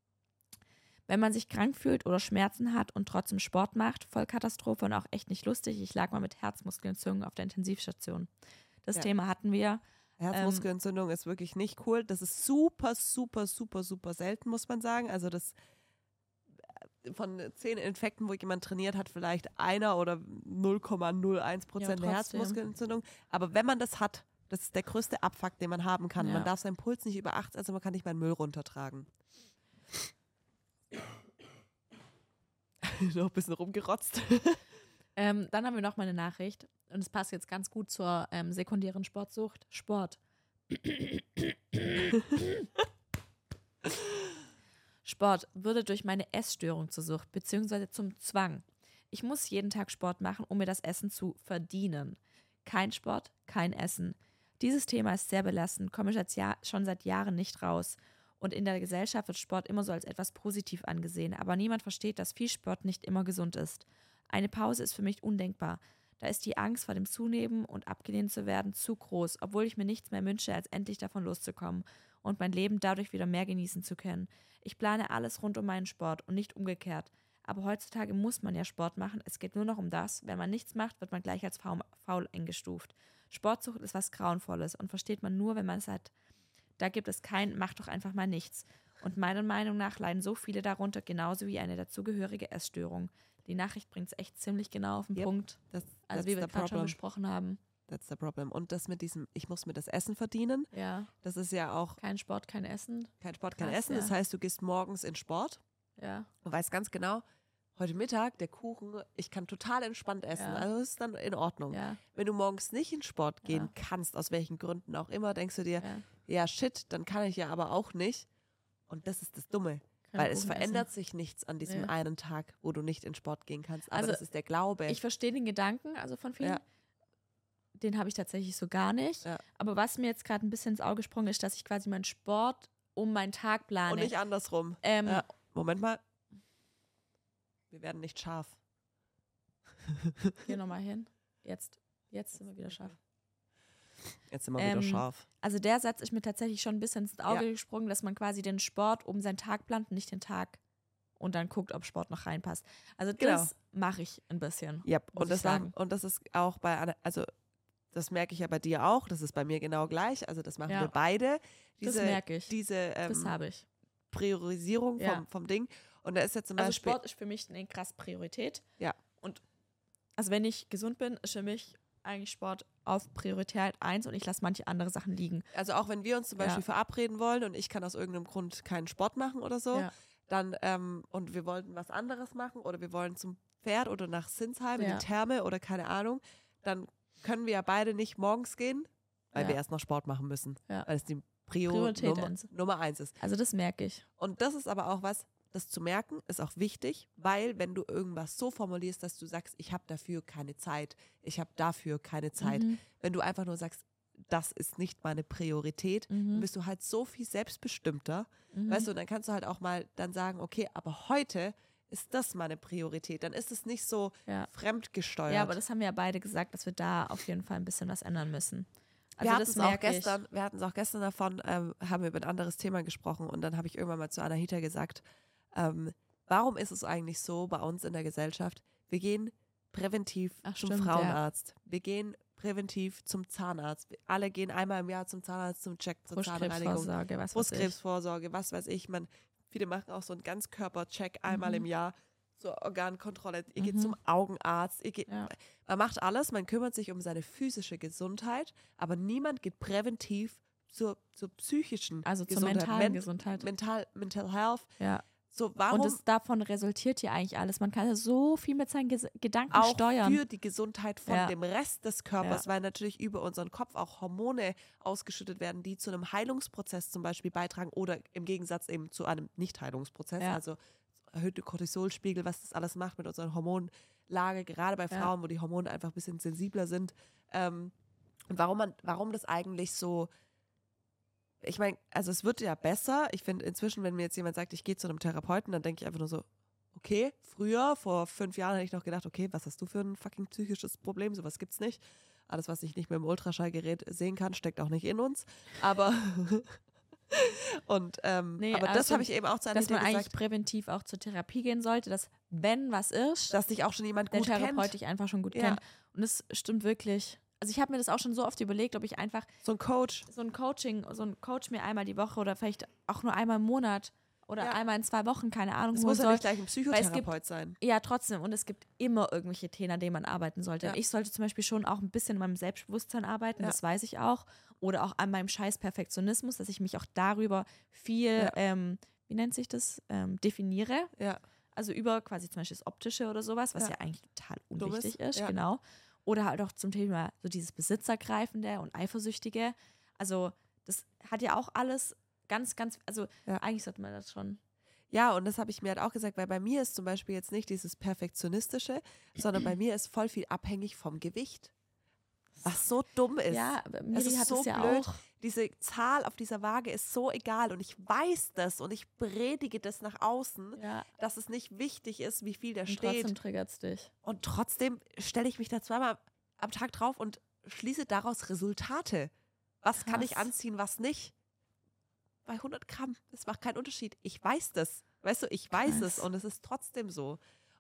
Wenn man sich krank fühlt oder Schmerzen hat und trotzdem Sport macht, Vollkatastrophe und auch echt nicht lustig. Ich lag mal mit Herzmuskelentzündung auf der Intensivstation. Das Ja. Thema hatten wir. Herzmuskelentzündung ist wirklich nicht cool. Das ist super, super, super, super selten, muss man sagen. Also das von zehn Infekten, wo jemand trainiert hat, vielleicht einer oder null Komma null eins Prozent Ja, eine trotzdem. Herzmuskelentzündung. Aber wenn man das hat, das ist der größte Abfuck, den man haben kann. Ja. Man darf seinen Puls nicht über acht, also man kann nicht mal den Müll runtertragen. Noch ein bisschen rumgerotzt. Ähm, dann haben wir noch mal eine Nachricht und es passt jetzt ganz gut zur ähm, sekundären Sportsucht. Sport. Sport würde durch meine Essstörung zur Sucht beziehungsweise zum Zwang. Ich muss jeden Tag Sport machen, um mir das Essen zu verdienen. Kein Sport, kein Essen. Dieses Thema ist sehr belastend, komme ich als Jahr, schon seit Jahren nicht raus. Und in der Gesellschaft wird Sport immer so als etwas positiv angesehen, aber niemand versteht, dass viel Sport nicht immer gesund ist. Eine Pause ist für mich undenkbar. Da ist die Angst vor dem Zunehmen und abgelehnt zu werden zu groß, obwohl ich mir nichts mehr wünsche, als endlich davon loszukommen und mein Leben dadurch wieder mehr genießen zu können. Ich plane alles rund um meinen Sport und nicht umgekehrt. Aber heutzutage muss man ja Sport machen. Es geht nur noch um das. Wenn man nichts macht, wird man gleich als faul, faul eingestuft. Sportsucht ist was Grauenvolles und versteht man nur, wenn man es hat. Da gibt es kein, mach doch einfach mal nichts. Und meiner Meinung nach leiden so viele darunter, genauso wie eine dazugehörige Essstörung. Die Nachricht bringt es echt ziemlich genau auf den Yep, Punkt, Das, also that's wie wir the gerade schon problem. besprochen haben. That's the problem. Und das mit diesem, ich muss mir das Essen verdienen, Ja, das ist ja auch kein Sport, kein Essen. kein Sport, kein Krass, Essen. ja. Das heißt, du gehst morgens in Sport Ja, und weißt ganz genau, heute Mittag, der Kuchen, ich kann total entspannt essen. Ja. Also das ist dann in Ordnung. ja, Wenn du morgens nicht in Sport gehen Ja. kannst, aus welchen Gründen auch immer, denkst du dir, ja. ja shit, dann kann ich ja aber auch nicht. Und das ist das Dumme. Kein Weil es Kuchen verändert essen. sich nichts an diesem Ja. einen Tag, wo du nicht in Sport gehen kannst. Aber Also, das ist der Glaube. Ich verstehe den Gedanken, also von vielen. Ja. Den habe ich tatsächlich so gar nicht. Ja. Aber was mir jetzt gerade ein bisschen ins Auge gesprungen ist, dass ich quasi meinen Sport um meinen Tag plane. Und nicht andersrum. ähm, Ja. Moment mal. Wir werden nicht scharf. Hier nochmal hin. Jetzt, jetzt sind wir wieder scharf. Jetzt sind wir Ähm, wieder scharf. Also der Satz ist mir tatsächlich schon ein bisschen ins Auge Ja. gesprungen, dass man quasi den Sport um seinen Tag plant, nicht den Tag und dann guckt, ob Sport noch reinpasst. Also das mache ich ein bisschen. Ja, muss und ich das, war, sagen. und das ist auch bei, Anna- also das merke ich ja bei dir auch, das ist bei mir genau gleich, also das machen Ja. wir beide, Das diese, merke ich. diese Das ähm, habe ich. Priorisierung Ja. vom, vom Ding. Und da ist ja zum Also Beispiel, Sport ist für mich eine krass Priorität. Ja. Und also wenn ich gesund bin, ist für mich eigentlich Sport auf Priorität eins und ich lasse manche andere Sachen liegen. also auch wenn wir uns zum Ja. Beispiel verabreden wollen und ich kann aus irgendeinem Grund keinen Sport machen oder so, Ja. dann, ähm, und wir wollten was anderes machen oder wir wollen zum Pferd oder nach Sinsheim in Ja. die Therme oder keine Ahnung, dann können wir ja beide nicht morgens gehen, weil Ja. wir erst noch Sport machen müssen. Ja. Weil es die Prio Priorität Nummer, eins. Nummer eins ist. Also das merke ich. Und das ist aber auch was, das zu merken, ist auch wichtig, weil wenn du irgendwas so formulierst, dass du sagst, ich habe dafür keine Zeit, ich habe dafür keine Zeit, Mhm. wenn du einfach nur sagst, das ist nicht meine Priorität, dann Mhm. bist du halt so viel selbstbestimmter, Mhm. weißt du, und dann kannst du halt auch mal dann sagen, okay, aber heute ist das meine Priorität, dann ist es nicht so Ja. fremdgesteuert. Ja, aber das haben wir ja beide gesagt, dass wir da auf jeden Fall ein bisschen was ändern müssen. Also wir hatten das es auch merke gestern, wir hatten es auch gestern davon, ähm, haben wir über ein anderes Thema gesprochen und dann habe ich irgendwann mal zu Anahita gesagt, ähm, warum ist es eigentlich so bei uns in der Gesellschaft, wir gehen präventiv Ach, zum stimmt, Frauenarzt, wir gehen präventiv zum Zahnarzt, wir alle gehen einmal im Jahr zum Zahnarzt, zum Check, ich. zur Zahnreinigung, Brustkrebsvorsorge, was weiß ich. Brustkrebsvorsorge, was weiß ich, man, viele machen auch so einen Ganzkörpercheck einmal Mhm. im Jahr, zur Organkontrolle, ihr geht Mhm. zum Augenarzt, ihr geht, Ja. man macht alles, man kümmert sich um seine physische Gesundheit, aber niemand geht präventiv zur, zur psychischen Also zur Gesundheit, mentalen Men- Gesundheit. Mental, Mental Health. Ja. So, warum Und es, davon resultiert ja eigentlich alles. Man kann ja so viel mit seinen Ges Gedanken auch steuern. für die Gesundheit von Ja. dem Rest des Körpers, weil natürlich über unseren Kopf auch Hormone ausgeschüttet werden, die zu einem Heilungsprozess zum Beispiel beitragen oder im Gegensatz eben zu einem Nicht-Heilungsprozess, Ja. also erhöhte Cortisolspiegel, was das alles macht mit unserer Hormonlage, gerade bei Ja. Frauen, wo die Hormone einfach ein bisschen sensibler sind. Ähm, und warum man, warum das eigentlich so, ich meine, also es wird ja besser. Ich finde inzwischen, wenn mir jetzt jemand sagt, ich gehe zu einem Therapeuten, dann denke ich einfach nur so, okay, früher, vor fünf Jahren hätte ich noch gedacht, okay, was hast du für ein fucking psychisches Problem? Sowas gibt's nicht. Alles, was ich nicht mit dem Ultraschallgerät sehen kann, steckt auch nicht in uns. Aber und ähm, Nee, aber also, das habe ich eben auch zu dass Anita man eigentlich gesagt, präventiv auch zur Therapie gehen sollte, dass wenn was ist, dass dich auch schon jemand der gut Therapeut kennt. dich einfach schon gut Ja. kennt. Und das stimmt wirklich. Also ich habe mir das auch schon so oft überlegt, ob ich einfach So ein Coach. so ein Coaching, so ein Coach mir einmal die Woche oder vielleicht auch nur einmal im Monat oder Ja. einmal in zwei Wochen, keine Ahnung, Es holen muss ja soll. nicht gleich ein es gibt- Psychotherapeut sein. Ja, trotzdem. Und es gibt immer irgendwelche Themen, an denen man arbeiten sollte. Ja. Und ich sollte zum Beispiel schon auch ein bisschen an meinem Selbstbewusstsein arbeiten, Ja. das weiß ich auch. Oder auch an meinem scheiß Perfektionismus, dass ich mich auch darüber viel, Ja. ähm, wie nennt sich das, ähm, definiere. Ja. Also über quasi zum Beispiel das Optische oder sowas, was Ja. ja, eigentlich total Dumm ist, unwichtig ist, ja. genau. Oder halt auch zum Thema so dieses Besitzergreifende und Eifersüchtige. Also das hat ja auch alles ganz, ganz, also Ja. eigentlich sollte man das schon. Ja, und das habe ich mir halt auch gesagt, weil bei mir ist zum Beispiel jetzt nicht dieses Perfektionistische, sondern bei mir ist voll viel abhängig vom Gewicht. Was so dumm ist. Ja, aber Es Miri ist hat so es ja blöd. auch. Diese Zahl auf dieser Waage ist so egal und ich weiß das und ich predige das nach außen, Ja, dass es nicht wichtig ist, wie viel da und steht. trotzdem triggert es dich. Und trotzdem stelle ich mich da zweimal am Tag drauf und schließe daraus Resultate. Was kann ich Krass. anziehen, was nicht? Bei hundert Gramm, das macht keinen Unterschied. Ich weiß das. Weißt du, ich weiß es Krass. und es ist trotzdem so.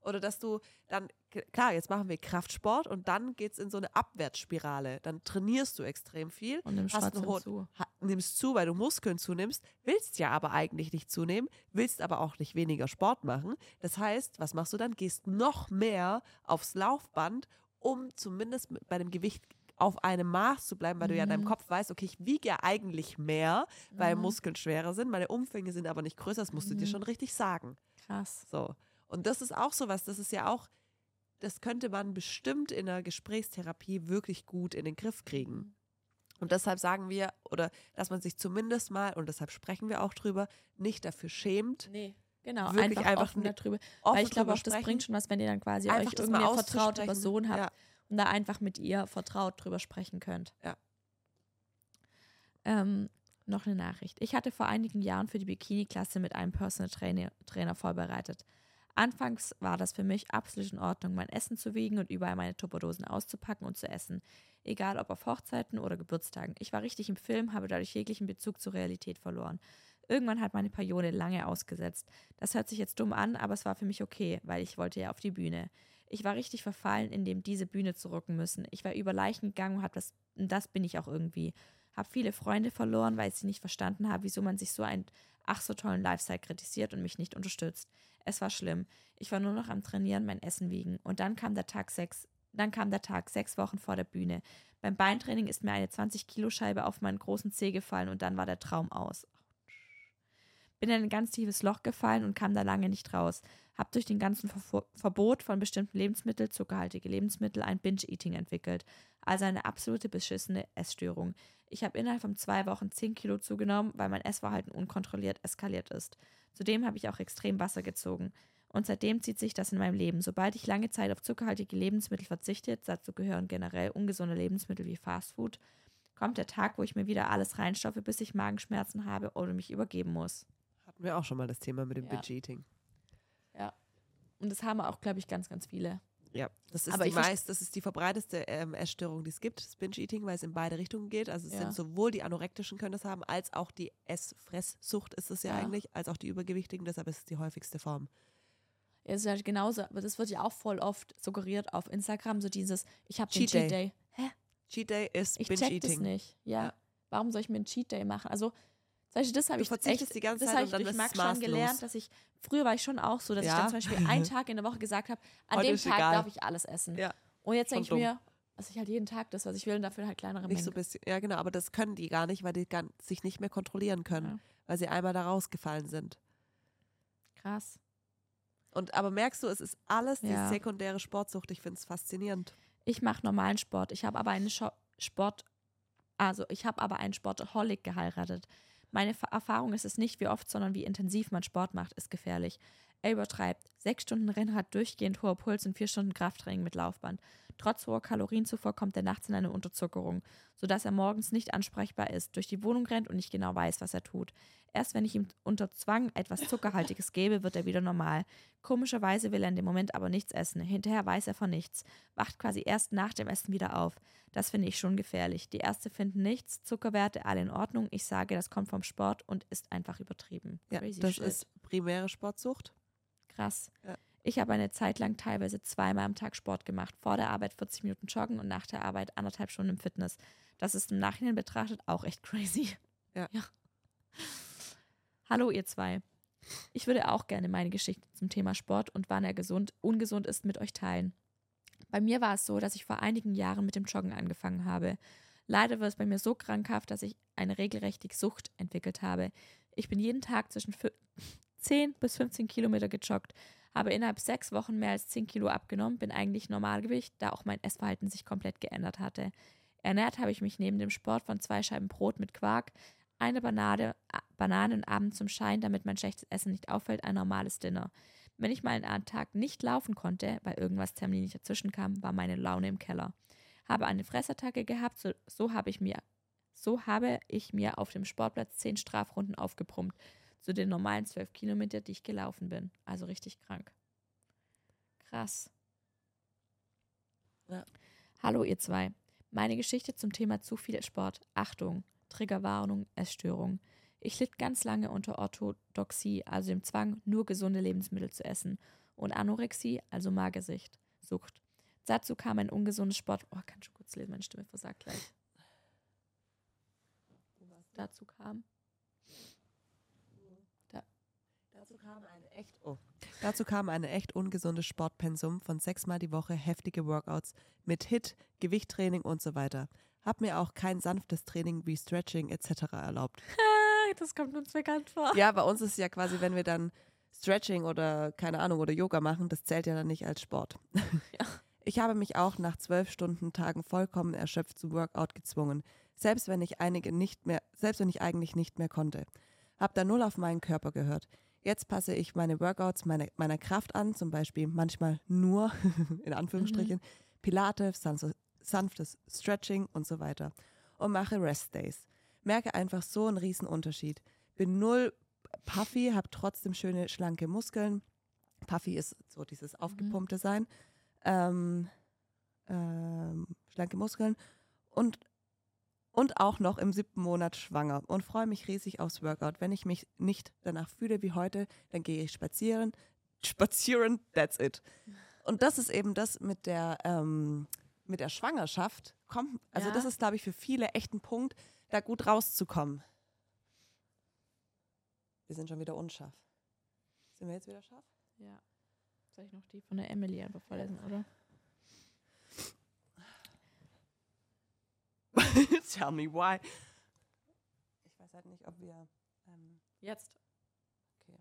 Oder dass du dann, klar, jetzt machen wir Kraftsport und dann geht es in so eine Abwärtsspirale. Dann trainierst du extrem viel, Und nimmst hast trotzdem einen hohen, zu. ha, nimmst zu, weil du Muskeln zunimmst, willst ja aber eigentlich nicht zunehmen, willst aber auch nicht weniger Sport machen. Das heißt, was machst du dann? Gehst noch mehr aufs Laufband, um zumindest mit, bei dem Gewicht auf einem Maß zu bleiben, weil Mhm. du ja in deinem Kopf weißt, okay, ich wiege ja eigentlich mehr, weil Mhm. Muskeln schwerer sind, meine Umfänge sind aber nicht größer, das musst du dir Mhm. schon richtig sagen. Krass. So. Und das ist auch sowas, das ist ja auch, das könnte man bestimmt in einer Gesprächstherapie wirklich gut in den Griff kriegen. Und deshalb sagen wir, oder dass man sich zumindest mal, und deshalb sprechen wir auch drüber, nicht dafür schämt, Nee. Genau, Wirklich einfach, einfach offen ne- darüber. offen Weil ich glaube drüber auch, das sprechen. bringt schon was, wenn ihr dann quasi Einfach euch das mal irgendwie eine vertraute auszusprechen. Person habt Ja. und da einfach mit ihr vertraut drüber sprechen könnt. Ja. Ähm, noch eine Nachricht. Ich hatte vor einigen Jahren für die Bikini-Klasse mit einem Personal Trainer, Trainer vorbereitet. Anfangs war das für mich absolut in Ordnung, mein Essen zu wiegen und überall meine Tupperdosen auszupacken und zu essen. Egal ob auf Hochzeiten oder Geburtstagen. Ich war richtig im Film, habe dadurch jeglichen Bezug zur Realität verloren. Irgendwann hat meine Periode lange ausgesetzt. Das hört sich jetzt dumm an, aber es war für mich okay, weil ich wollte ja auf die Bühne. Ich war richtig verfallen, in dem diese Bühne zu rücken müssen. Ich war über Leichen gegangen und hab das, und das bin ich auch irgendwie. Habe viele Freunde verloren, weil ich sie nicht verstanden habe, wieso man sich so einen ach so tollen Lifestyle kritisiert und mich nicht unterstützt. Es war schlimm. Ich war nur noch am Trainieren, mein Essen wiegen. Und dann kam der Tag sechs, dann kam der Tag sechs Wochen vor der Bühne. Beim Beintraining ist mir eine zwanzig Kilo Scheibe auf meinen großen Zeh gefallen und dann war der Traum aus. Bin in ein ganz tiefes Loch gefallen und kam da lange nicht raus. Hab durch den ganzen Ver- Verbot von bestimmten Lebensmitteln, zuckerhaltige Lebensmittel, ein Binge-Eating entwickelt. Also eine absolute beschissene Essstörung. Ich habe innerhalb von zwei Wochen zehn Kilo zugenommen, weil mein Essverhalten unkontrolliert eskaliert ist. Zudem habe ich auch extrem Wasser gezogen. Und seitdem zieht sich das in meinem Leben. Sobald ich lange Zeit auf zuckerhaltige Lebensmittel verzichte, dazu gehören generell ungesunde Lebensmittel wie Fastfood, kommt der Tag, wo ich mir wieder alles reinstopfe, bis ich Magenschmerzen habe oder mich übergeben muss. Hatten wir auch schon mal das Thema mit dem Ja. Binge-Eating. Ja. Und das haben auch, glaube ich, ganz, ganz viele. Ja, das ist Aber die ich verste- meist, das ist die verbreiteste ähm, Essstörung, die es gibt, das Binge-Eating, weil es in beide Richtungen geht. Also es Ja. sind sowohl die Anorektischen können das haben, als auch die Ess-Fresssucht ist es ja, Ja. eigentlich, als auch die Übergewichtigen, deshalb ist es die häufigste Form. Ja, es ist halt genauso, aber das wird ja auch voll oft suggeriert auf Instagram, so dieses, ich habe den Cheat Cheat Day. Day. Hä? Cheat Day ist Ich check das Binge-Eating. nicht. Ja. Ja. Warum soll ich mir einen Cheat Day machen? Also, zum Beispiel, das habe Du ich verzichtest echt, die ganze das Zeit habe und ich dann durch ist Max es schon maßlos. gelernt, dass ich, früher war ich schon auch so, dass Ja. ich dann zum Beispiel einen Tag in der Woche gesagt habe, an Heute dem ist Tag egal. darf ich alles essen. Ja. Und jetzt Schon denke ich dumm. mir, dass ich halt jeden Tag das, was ich will, und dafür halt kleinere Nicht so Mengen. bisschen, ja genau, aber das können die gar nicht, weil die gar, sich nicht mehr kontrollieren können, Ja. weil sie einmal da rausgefallen sind. Krass. Und aber merkst du, es ist alles die Ja. sekundäre Sportsucht. Ich finde es faszinierend. Ich mache normalen Sport. Ich habe aber einen Scho- Sport, also ich habe aber einen Sportaholic geheiratet. Meine Fa- Erfahrung ist es nicht, wie oft, sondern wie intensiv man Sport macht, ist gefährlich. Er übertreibt. Sechs Stunden Rennrad durchgehend hoher Puls und vier Stunden Krafttraining mit Laufband. Trotz hoher Kalorienzufuhr kommt er nachts in eine Unterzuckerung, sodass er morgens nicht ansprechbar ist, durch die Wohnung rennt und nicht genau weiß, was er tut. Erst wenn ich ihm unter Zwang etwas Zuckerhaltiges gebe, wird er wieder normal. Komischerweise will er in dem Moment aber nichts essen. Hinterher weiß er von nichts. Wacht quasi erst nach dem Essen wieder auf. Das finde ich schon gefährlich. Die Ärzte finden nichts, Zuckerwerte alle in Ordnung. Ich sage, das kommt vom Sport und ist einfach übertrieben. Ja, Crazy das shit. ist primäre Sportsucht. Krass. Ja. Ich habe eine Zeit lang teilweise zweimal am Tag Sport gemacht. Vor der Arbeit vierzig Minuten joggen und nach der Arbeit anderthalb Stunden im Fitness. Das ist im Nachhinein betrachtet auch echt crazy. Ja. Hallo ihr zwei. Ich würde auch gerne meine Geschichte zum Thema Sport und wann er gesund, ungesund ist mit euch teilen. Bei mir war es so, dass ich vor einigen Jahren mit dem Joggen angefangen habe. Leider war es bei mir so krankhaft, dass ich eine regelrechte Sucht entwickelt habe. Ich bin jeden Tag zwischen zehn bis fünfzehn Kilometer gejoggt, habe innerhalb sechs Wochen mehr als zehn Kilo abgenommen, bin eigentlich Normalgewicht, da auch mein Essverhalten sich komplett geändert hatte. Ernährt habe ich mich neben dem Sport von zwei Scheiben Brot mit Quark, eine Banane, Banane und abends zum Schein, damit mein schlechtes Essen nicht auffällt, ein normales Dinner. Wenn ich mal einen Tag nicht laufen konnte, weil irgendwas terminlich dazwischen kam, war meine Laune im Keller. Habe eine Fressattacke gehabt, so, so habe ich mir so habe ich mir auf dem Sportplatz zehn Strafrunden aufgebrummt, zu den normalen zwölf Kilometer, die ich gelaufen bin. Also richtig krank. Krass. Ja. Hallo ihr zwei. Meine Geschichte zum Thema zu viel Sport. Achtung, Triggerwarnung, Essstörung. Ich litt ganz lange unter Orthodoxie, also dem Zwang, nur gesunde Lebensmittel zu essen. und Anorexie, also Magersucht. Sucht. Dazu kam ein ungesundes Sport... Oh, kann schon kurz lesen, meine Stimme versagt gleich. Dazu kam... Da. Dazu kam eine echt, oh. Dazu kam eine echt ungesundes Sportpensum von sechsmal die Woche heftige Workouts mit Hit, Gewichttraining und so weiter. Hab mir auch kein sanftes Training wie Stretching et cetera erlaubt. Das kommt uns bekannt vor. Ja, bei uns ist es ja quasi, wenn wir dann Stretching oder keine Ahnung oder Yoga machen, das zählt ja dann nicht als Sport. Ja. Ich habe mich auch nach zwölf Stunden Tagen vollkommen erschöpft zum Workout gezwungen, selbst wenn ich einige nicht mehr, selbst wenn ich eigentlich nicht mehr konnte. Hab da null auf meinen Körper gehört. Jetzt passe ich meine Workouts meine, meiner Kraft an, zum Beispiel manchmal nur, in Anführungsstrichen, mhm. Pilates, sanftes Stretching und so weiter. Und mache Rest Days. Merke einfach so einen riesen Unterschied. Bin null puffy, habe trotzdem schöne, schlanke Muskeln. Puffy ist so dieses aufgepumpte Sein. Ähm, ähm, schlanke Muskeln. Und, und auch noch im siebten Monat schwanger. Und freue mich riesig aufs Workout. Wenn ich mich nicht danach fühle wie heute, dann gehe ich spazieren. Spazieren, that's it. Und das ist eben das mit der, ähm, mit der Schwangerschaft. Komm, also ja. das ist, glaube ich, für viele echt ein Punkt, da gut rauszukommen. Wir sind schon wieder unscharf. Sind wir jetzt wieder scharf? Ja. Soll ich noch die von der Emily einfach vorlesen, oder? Tell me why. Ich weiß halt nicht, ob wir... Ähm Jetzt. Okay.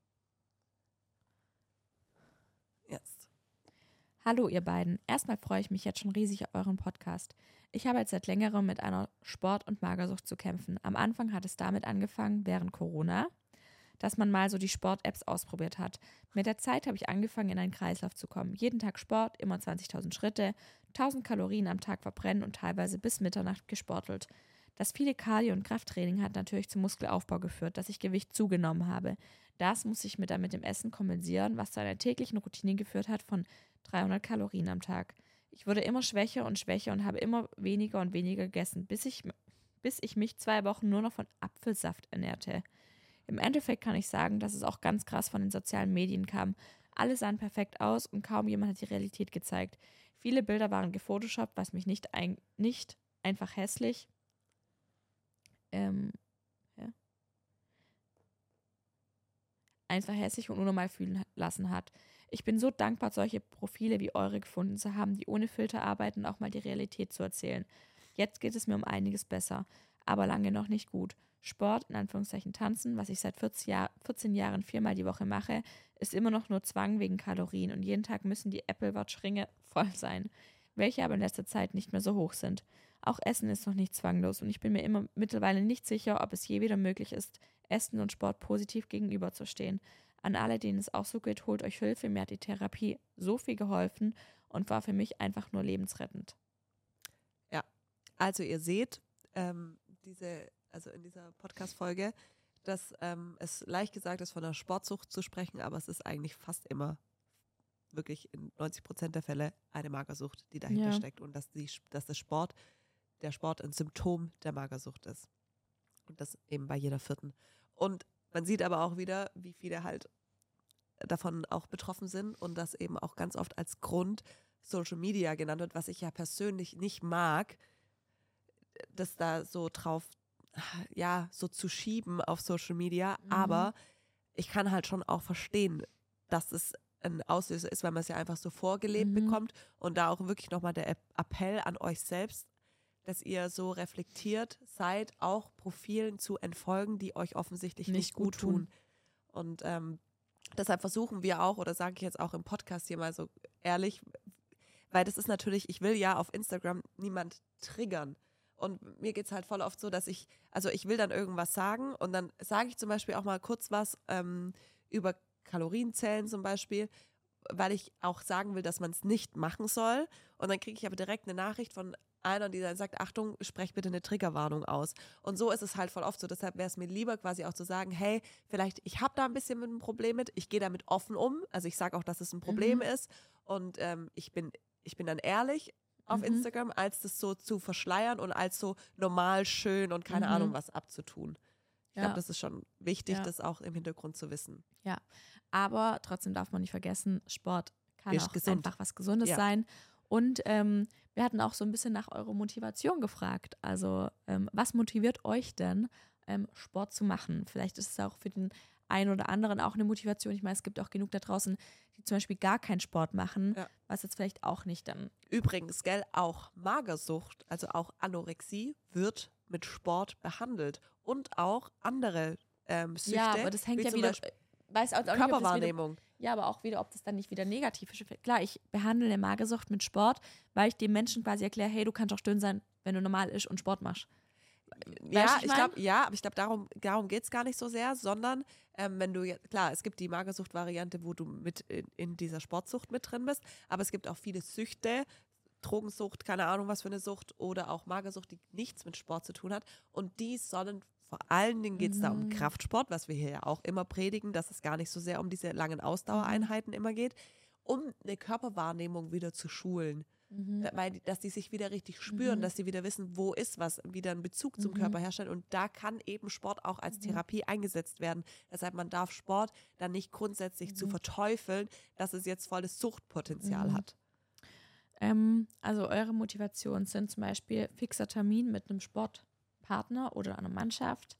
Jetzt. Hallo ihr beiden. Erstmal freue ich mich jetzt schon riesig auf euren Podcast. Ich habe jetzt seit längerem mit einer Sport- und Magersucht zu kämpfen. Am Anfang hat es damit angefangen, während Corona, dass man mal so die Sport-Apps ausprobiert hat. Mit der Zeit habe ich angefangen, in einen Kreislauf zu kommen. Jeden Tag Sport, immer zwanzigtausend Schritte, tausend Kalorien am Tag verbrennen und teilweise bis Mitternacht gesportelt. Das viele Cardio- und Krafttraining hat natürlich zum Muskelaufbau geführt, dass ich Gewicht zugenommen habe. Das muss ich mit, mit dem Essen kompensieren, was zu einer täglichen Routine geführt hat von dreihundert Kalorien am Tag. Ich wurde immer schwächer und schwächer und habe immer weniger und weniger gegessen, bis ich, bis ich mich zwei Wochen nur noch von Apfelsaft ernährte. Im Endeffekt kann ich sagen, dass es auch ganz krass von den sozialen Medien kam. Alle sahen perfekt aus und kaum jemand hat die Realität gezeigt. Viele Bilder waren gefotoshoppt, was mich nicht, ein, nicht einfach hässlich ähm, ja, einfach hässlich und unnormal fühlen lassen hat. Ich bin so dankbar, solche Profile wie eure gefunden zu haben, die ohne Filter arbeiten und auch mal die Realität zu erzählen. Jetzt geht es mir um einiges besser, aber lange noch nicht gut. Sport, in Anführungszeichen Tanzen, was ich seit vierzehn, Jahr, vierzehn Jahren viermal die Woche mache, ist immer noch nur Zwang wegen Kalorien und jeden Tag müssen die Apple Watch Ringe voll sein, welche aber in letzter Zeit nicht mehr so hoch sind. Auch Essen ist noch nicht zwanglos und ich bin mir immer mittlerweile nicht sicher, ob es je wieder möglich ist, Essen und Sport positiv gegenüberzustehen. An alle, denen es auch so geht, holt euch Hilfe. Mir hat die Therapie so viel geholfen und war für mich einfach nur lebensrettend. Ja, also ihr seht, ähm, diese, also in dieser Podcast-Folge, dass ähm, es leicht gesagt ist, von einer Sportsucht zu sprechen, aber es ist eigentlich fast immer wirklich in neunzig Prozent der Fälle eine Magersucht, die dahinter Ja. steckt und dass, die, dass das Sport, der Sport ein Symptom der Magersucht ist. Und das eben bei jeder vierten. Und man sieht aber auch wieder, wie viele halt davon auch betroffen sind und das eben auch ganz oft als Grund Social Media genannt wird, was ich ja persönlich nicht mag, das da so drauf, ja, so zu schieben auf Social Media. Mhm. Aber ich kann halt schon auch verstehen, dass es ein Auslöser ist, weil man es ja einfach so vorgelebt Mhm. bekommt und da auch wirklich nochmal der Appell an euch selbst, dass ihr so reflektiert seid, auch Profilen zu entfolgen, die euch offensichtlich nicht, Nicht gut gut tun. tun. Und ähm, deshalb versuchen wir auch, oder sage ich jetzt auch im Podcast hier mal so ehrlich, weil das ist natürlich, ich will ja auf Instagram niemand triggern. Und mir geht es halt voll oft so, dass ich, also ich will dann irgendwas sagen und dann sage ich zum Beispiel auch mal kurz was ähm, über Kalorienzellen zum Beispiel, weil ich auch sagen will, dass man es nicht machen soll. Und dann kriege ich aber direkt eine Nachricht von einer, die dann sagt, Achtung, sprech bitte eine Triggerwarnung aus. Und so ist es halt voll oft so. Deshalb wäre es mir lieber quasi auch zu sagen, hey, vielleicht, ich habe da ein bisschen mit einem Problem mit, ich gehe damit offen um. Also ich sage auch, dass es ein Problem Mhm. ist. Und ähm, ich bin, ich bin dann ehrlich auf Mhm. Instagram, als das so zu verschleiern und als so normal schön und keine Mhm. Ahnung was abzutun. Ich glaube, das ist schon wichtig, Ja. das auch im Hintergrund zu wissen. Aber trotzdem darf man nicht vergessen, Sport kann Ist auch gesund. einfach was Gesundes Ja. sein. Und ähm, wir hatten auch so ein bisschen nach eurer Motivation gefragt. Also ähm, was motiviert euch denn, ähm, Sport zu machen? Vielleicht ist es auch für den einen oder anderen auch eine Motivation. Ich meine, es gibt auch genug da draußen, die zum Beispiel gar keinen Sport machen, Ja. was jetzt vielleicht auch nicht dann. Übrigens, gell, auch Magersucht, also auch Anorexie, wird mit Sport behandelt. Und auch andere ähm, Süchte, ja, aber das hängt wie ja zum wieder. Beispiel Weiß auch nicht, ob das wieder, Körperwahrnehmung. ja, aber auch wieder, ob das dann nicht wieder negativ ist. Klar, ich behandle eine Magersucht mit Sport, weil ich dem Menschen quasi erkläre, hey, du kannst auch dünn sein, wenn du normal isst und Sport machst. Ja, Weißt du, ich ich glaube, ja, aber ich glaube, darum, darum geht es gar nicht so sehr, sondern ähm, wenn du, jetzt- klar, es gibt die Magersucht-Variante, wo du mit in, in dieser Sportsucht mit drin bist, aber es gibt auch viele Süchte, Drogensucht, keine Ahnung was für eine Sucht oder auch Magersucht, die nichts mit Sport zu tun hat und die sollen, vor allen Dingen geht es da um Mhm. Kraftsport, was wir hier ja auch immer predigen, dass es gar nicht so sehr um diese langen Ausdauereinheiten immer geht, um eine Körperwahrnehmung wieder zu schulen. Mhm. Weil die, dass die sich wieder richtig spüren, Mhm. dass sie wieder wissen, wo ist was, wieder einen Bezug zum Mhm. Körper herstellen. Und da kann eben Sport auch als Mhm. Therapie eingesetzt werden. Deshalb, man darf Sport dann nicht grundsätzlich zu Mhm. verteufeln, dass es jetzt volles Suchtpotenzial Mhm. hat. Ähm, also eure Motivationen sind zum Beispiel fixer Termin mit einem Sportpartner oder einer Mannschaft,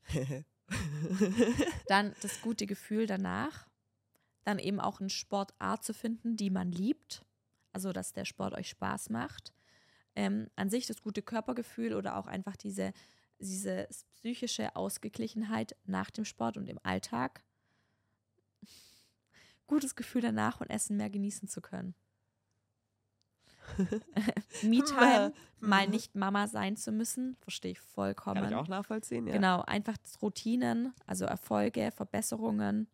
dann das gute Gefühl danach, dann eben auch eine Sportart zu finden, die man liebt, also dass der Sport euch Spaß macht, ähm, an sich das gute Körpergefühl oder auch einfach diese, diese psychische Ausgeglichenheit nach dem Sport und im Alltag, gutes Gefühl danach und Essen mehr genießen zu können. Me-Time, mal nicht Mama sein zu müssen, verstehe ich vollkommen. Kann ich auch nachvollziehen, ja. Genau, einfach Routinen, also Erfolge, Verbesserungen,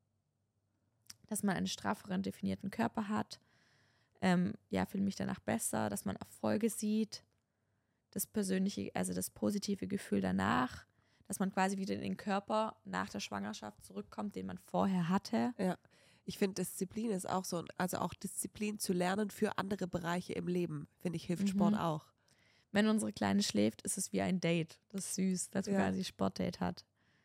dass man einen strafferen definierten Körper hat. Ähm, ja, fühle mich danach besser, dass man Erfolge sieht, das persönliche, also das positive Gefühl danach, dass man quasi wieder in den Körper nach der Schwangerschaft zurückkommt, den man vorher hatte. Ich finde, Disziplin ist auch so, also auch Disziplin zu lernen für andere Bereiche im Leben, finde ich, hilft Mhm. Sport auch. Wenn unsere Kleine schläft, ist es wie ein Date. Das ist süß, dass sie Ja. quasi Sportdate hat.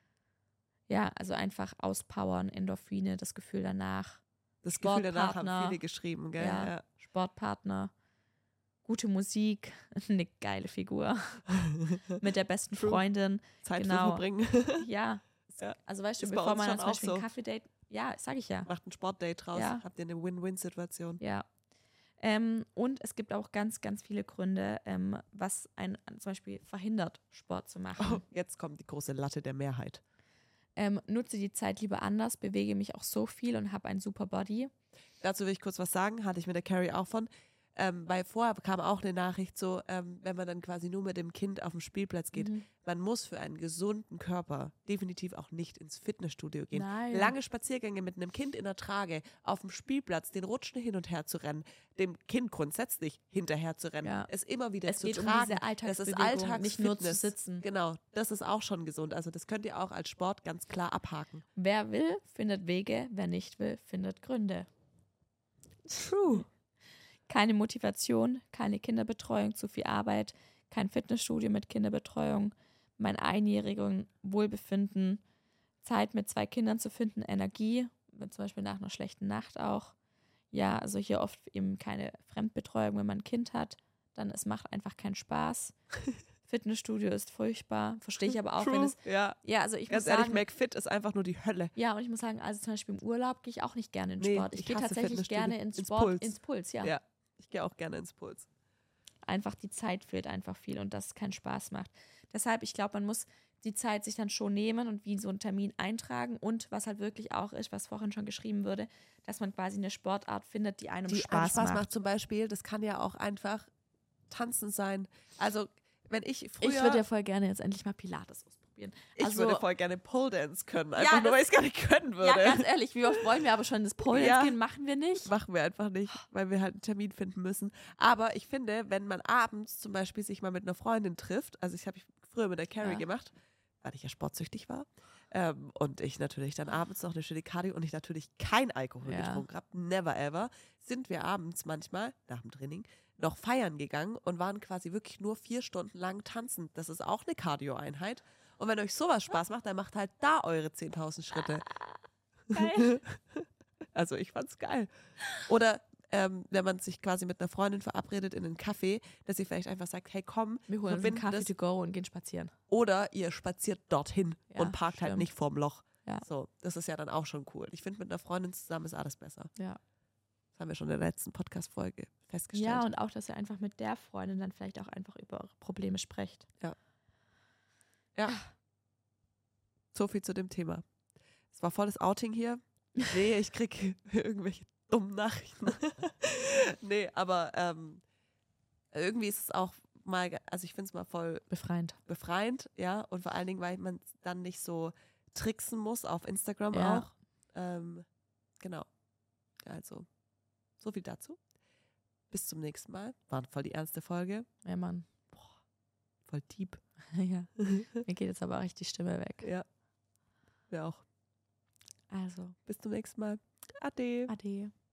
Ja, also einfach auspowern, Endorphine, das Gefühl danach. Das Gefühl danach haben Sportpartner. viele geschrieben, gell? Ja. Ja. Sportpartner, gute Musik, eine geile Figur mit der besten True. Freundin. Zeit Genau. verbringen. Ja, Ja. also weißt du, Ist bei bevor uns man schon dann zum auch Beispiel so. ein Kaffee-Date, ja, sag ich ja, Macht ein Sportdate draus, Ja. habt ihr eine Win-Win-Situation. ja. Ähm, und es gibt auch ganz, ganz viele Gründe, ähm, was einen zum Beispiel verhindert, Sport zu machen. Oh, jetzt kommt die große Latte der Mehrheit. Ähm, nutze die Zeit lieber anders, bewege mich auch so viel und habe einen super Body. Dazu will ich kurz was sagen, hatte ich mit der Carrie auch von. Ähm, weil vorher kam auch eine Nachricht so, ähm, wenn man dann quasi nur mit dem Kind auf den Spielplatz geht, Mhm. man muss für einen gesunden Körper definitiv auch nicht ins Fitnessstudio gehen. Nein. Lange Spaziergänge mit einem Kind in der Trage auf dem Spielplatz, den Rutschen hin und her zu rennen, dem Kind grundsätzlich hinterher zu rennen, Ja. es immer wieder Es zu geht um tragen. diese das ist Alltagsbewegung, nicht nur zu Alltagsfitness. sitzen. Genau, das ist auch schon gesund. Also das könnt ihr auch als Sport ganz klar abhaken. Wer will, findet Wege, wer nicht will, findet Gründe. True. Keine Motivation, keine Kinderbetreuung, zu viel Arbeit, kein Fitnessstudio mit Kinderbetreuung, mein einjährigen Wohlbefinden, Zeit mit zwei Kindern zu finden, Energie, zum Beispiel nach einer schlechten Nacht auch. Ja, also hier oft eben keine Fremdbetreuung, wenn man ein Kind hat, dann es macht einfach keinen Spaß. Fitnessstudio ist furchtbar, verstehe ich aber auch, wenn True. es, Ja, ja, also ich ganz muss ehrlich, sagen, McFit ist einfach nur die Hölle. ja, und ich muss sagen, also zum Beispiel im Urlaub gehe ich auch nicht gerne in Nee, Sport. Ich, ich gehe hasse tatsächlich Fitnessstudio. gerne ins Ins Sport, Puls. ins Puls, ja. Ja. Ich gehe auch gerne ins Puls. Einfach die Zeit fehlt einfach viel und das keinen Spaß macht. Deshalb, ich glaube, man muss die Zeit sich dann schon nehmen und wie so einen Termin eintragen und was halt wirklich auch ist, was vorhin schon geschrieben wurde, dass man quasi eine Sportart findet, die einem Die Spaß, Spaß macht. macht. Zum Beispiel, das kann ja auch einfach Tanzen sein. Also wenn ich früher, Ich würde ja voll gerne jetzt endlich mal Pilates ausprobieren. ich also, würde voll gerne Pole Dance können, einfach nur, das- weil ich es gar nicht können ja, würde. ganz ehrlich, wie oft wollen wir aber schon ins Pole Ja. gehen? Machen wir nicht. Machen wir einfach nicht, weil wir halt einen Termin finden müssen. Aber ich finde, wenn man abends zum Beispiel sich mal mit einer Freundin trifft, also ich habe ich früher mit der Carrie Ja. gemacht, weil ich ja sportsüchtig war. Ähm, und ich natürlich dann abends noch eine schöne Cardio und ich natürlich kein Alkohol Ja. getrunken habe, never ever, sind wir abends manchmal nach dem Training noch feiern gegangen und waren quasi wirklich nur vier Stunden lang tanzen. Das ist auch eine Cardio-Einheit. Und wenn euch sowas Spaß macht, dann macht halt da eure zehntausend Schritte. Geil. Also ich fand's geil. Oder ähm, wenn man sich quasi mit einer Freundin verabredet in einen Café, dass ihr vielleicht einfach sagt, hey komm, Wir holen uns einen verbinden Kaffee das. to go und gehen spazieren. Oder ihr spaziert dorthin Ja, und parkt halt stimmt. nicht vorm Loch. Ja. So, das ist ja dann auch schon cool. Ich finde, mit einer Freundin zusammen ist alles besser. Ja. Das haben wir schon in der letzten Podcast-Folge festgestellt. Ja, und auch, dass ihr einfach mit der Freundin dann vielleicht auch einfach über eure Probleme sprecht. Ja. So viel zu dem Thema. Es war volles Outing hier. Nee, ich krieg irgendwelche dummen Nachrichten. Nee, aber ähm, irgendwie ist es auch mal, ge- also ich finde es mal voll Befreiend. befreiend, ja, und vor allen Dingen, weil man dann nicht so tricksen muss auf Instagram Ja. auch. Ähm, genau. Also, so viel dazu. Bis zum nächsten Mal. War voll die ernste Folge. Ja, Mann. Voll deep. Ja. Mir geht jetzt aber auch richtig die Stimme weg. Ja. Ja auch. Also, Bis zum nächsten Mal. Ade. ade.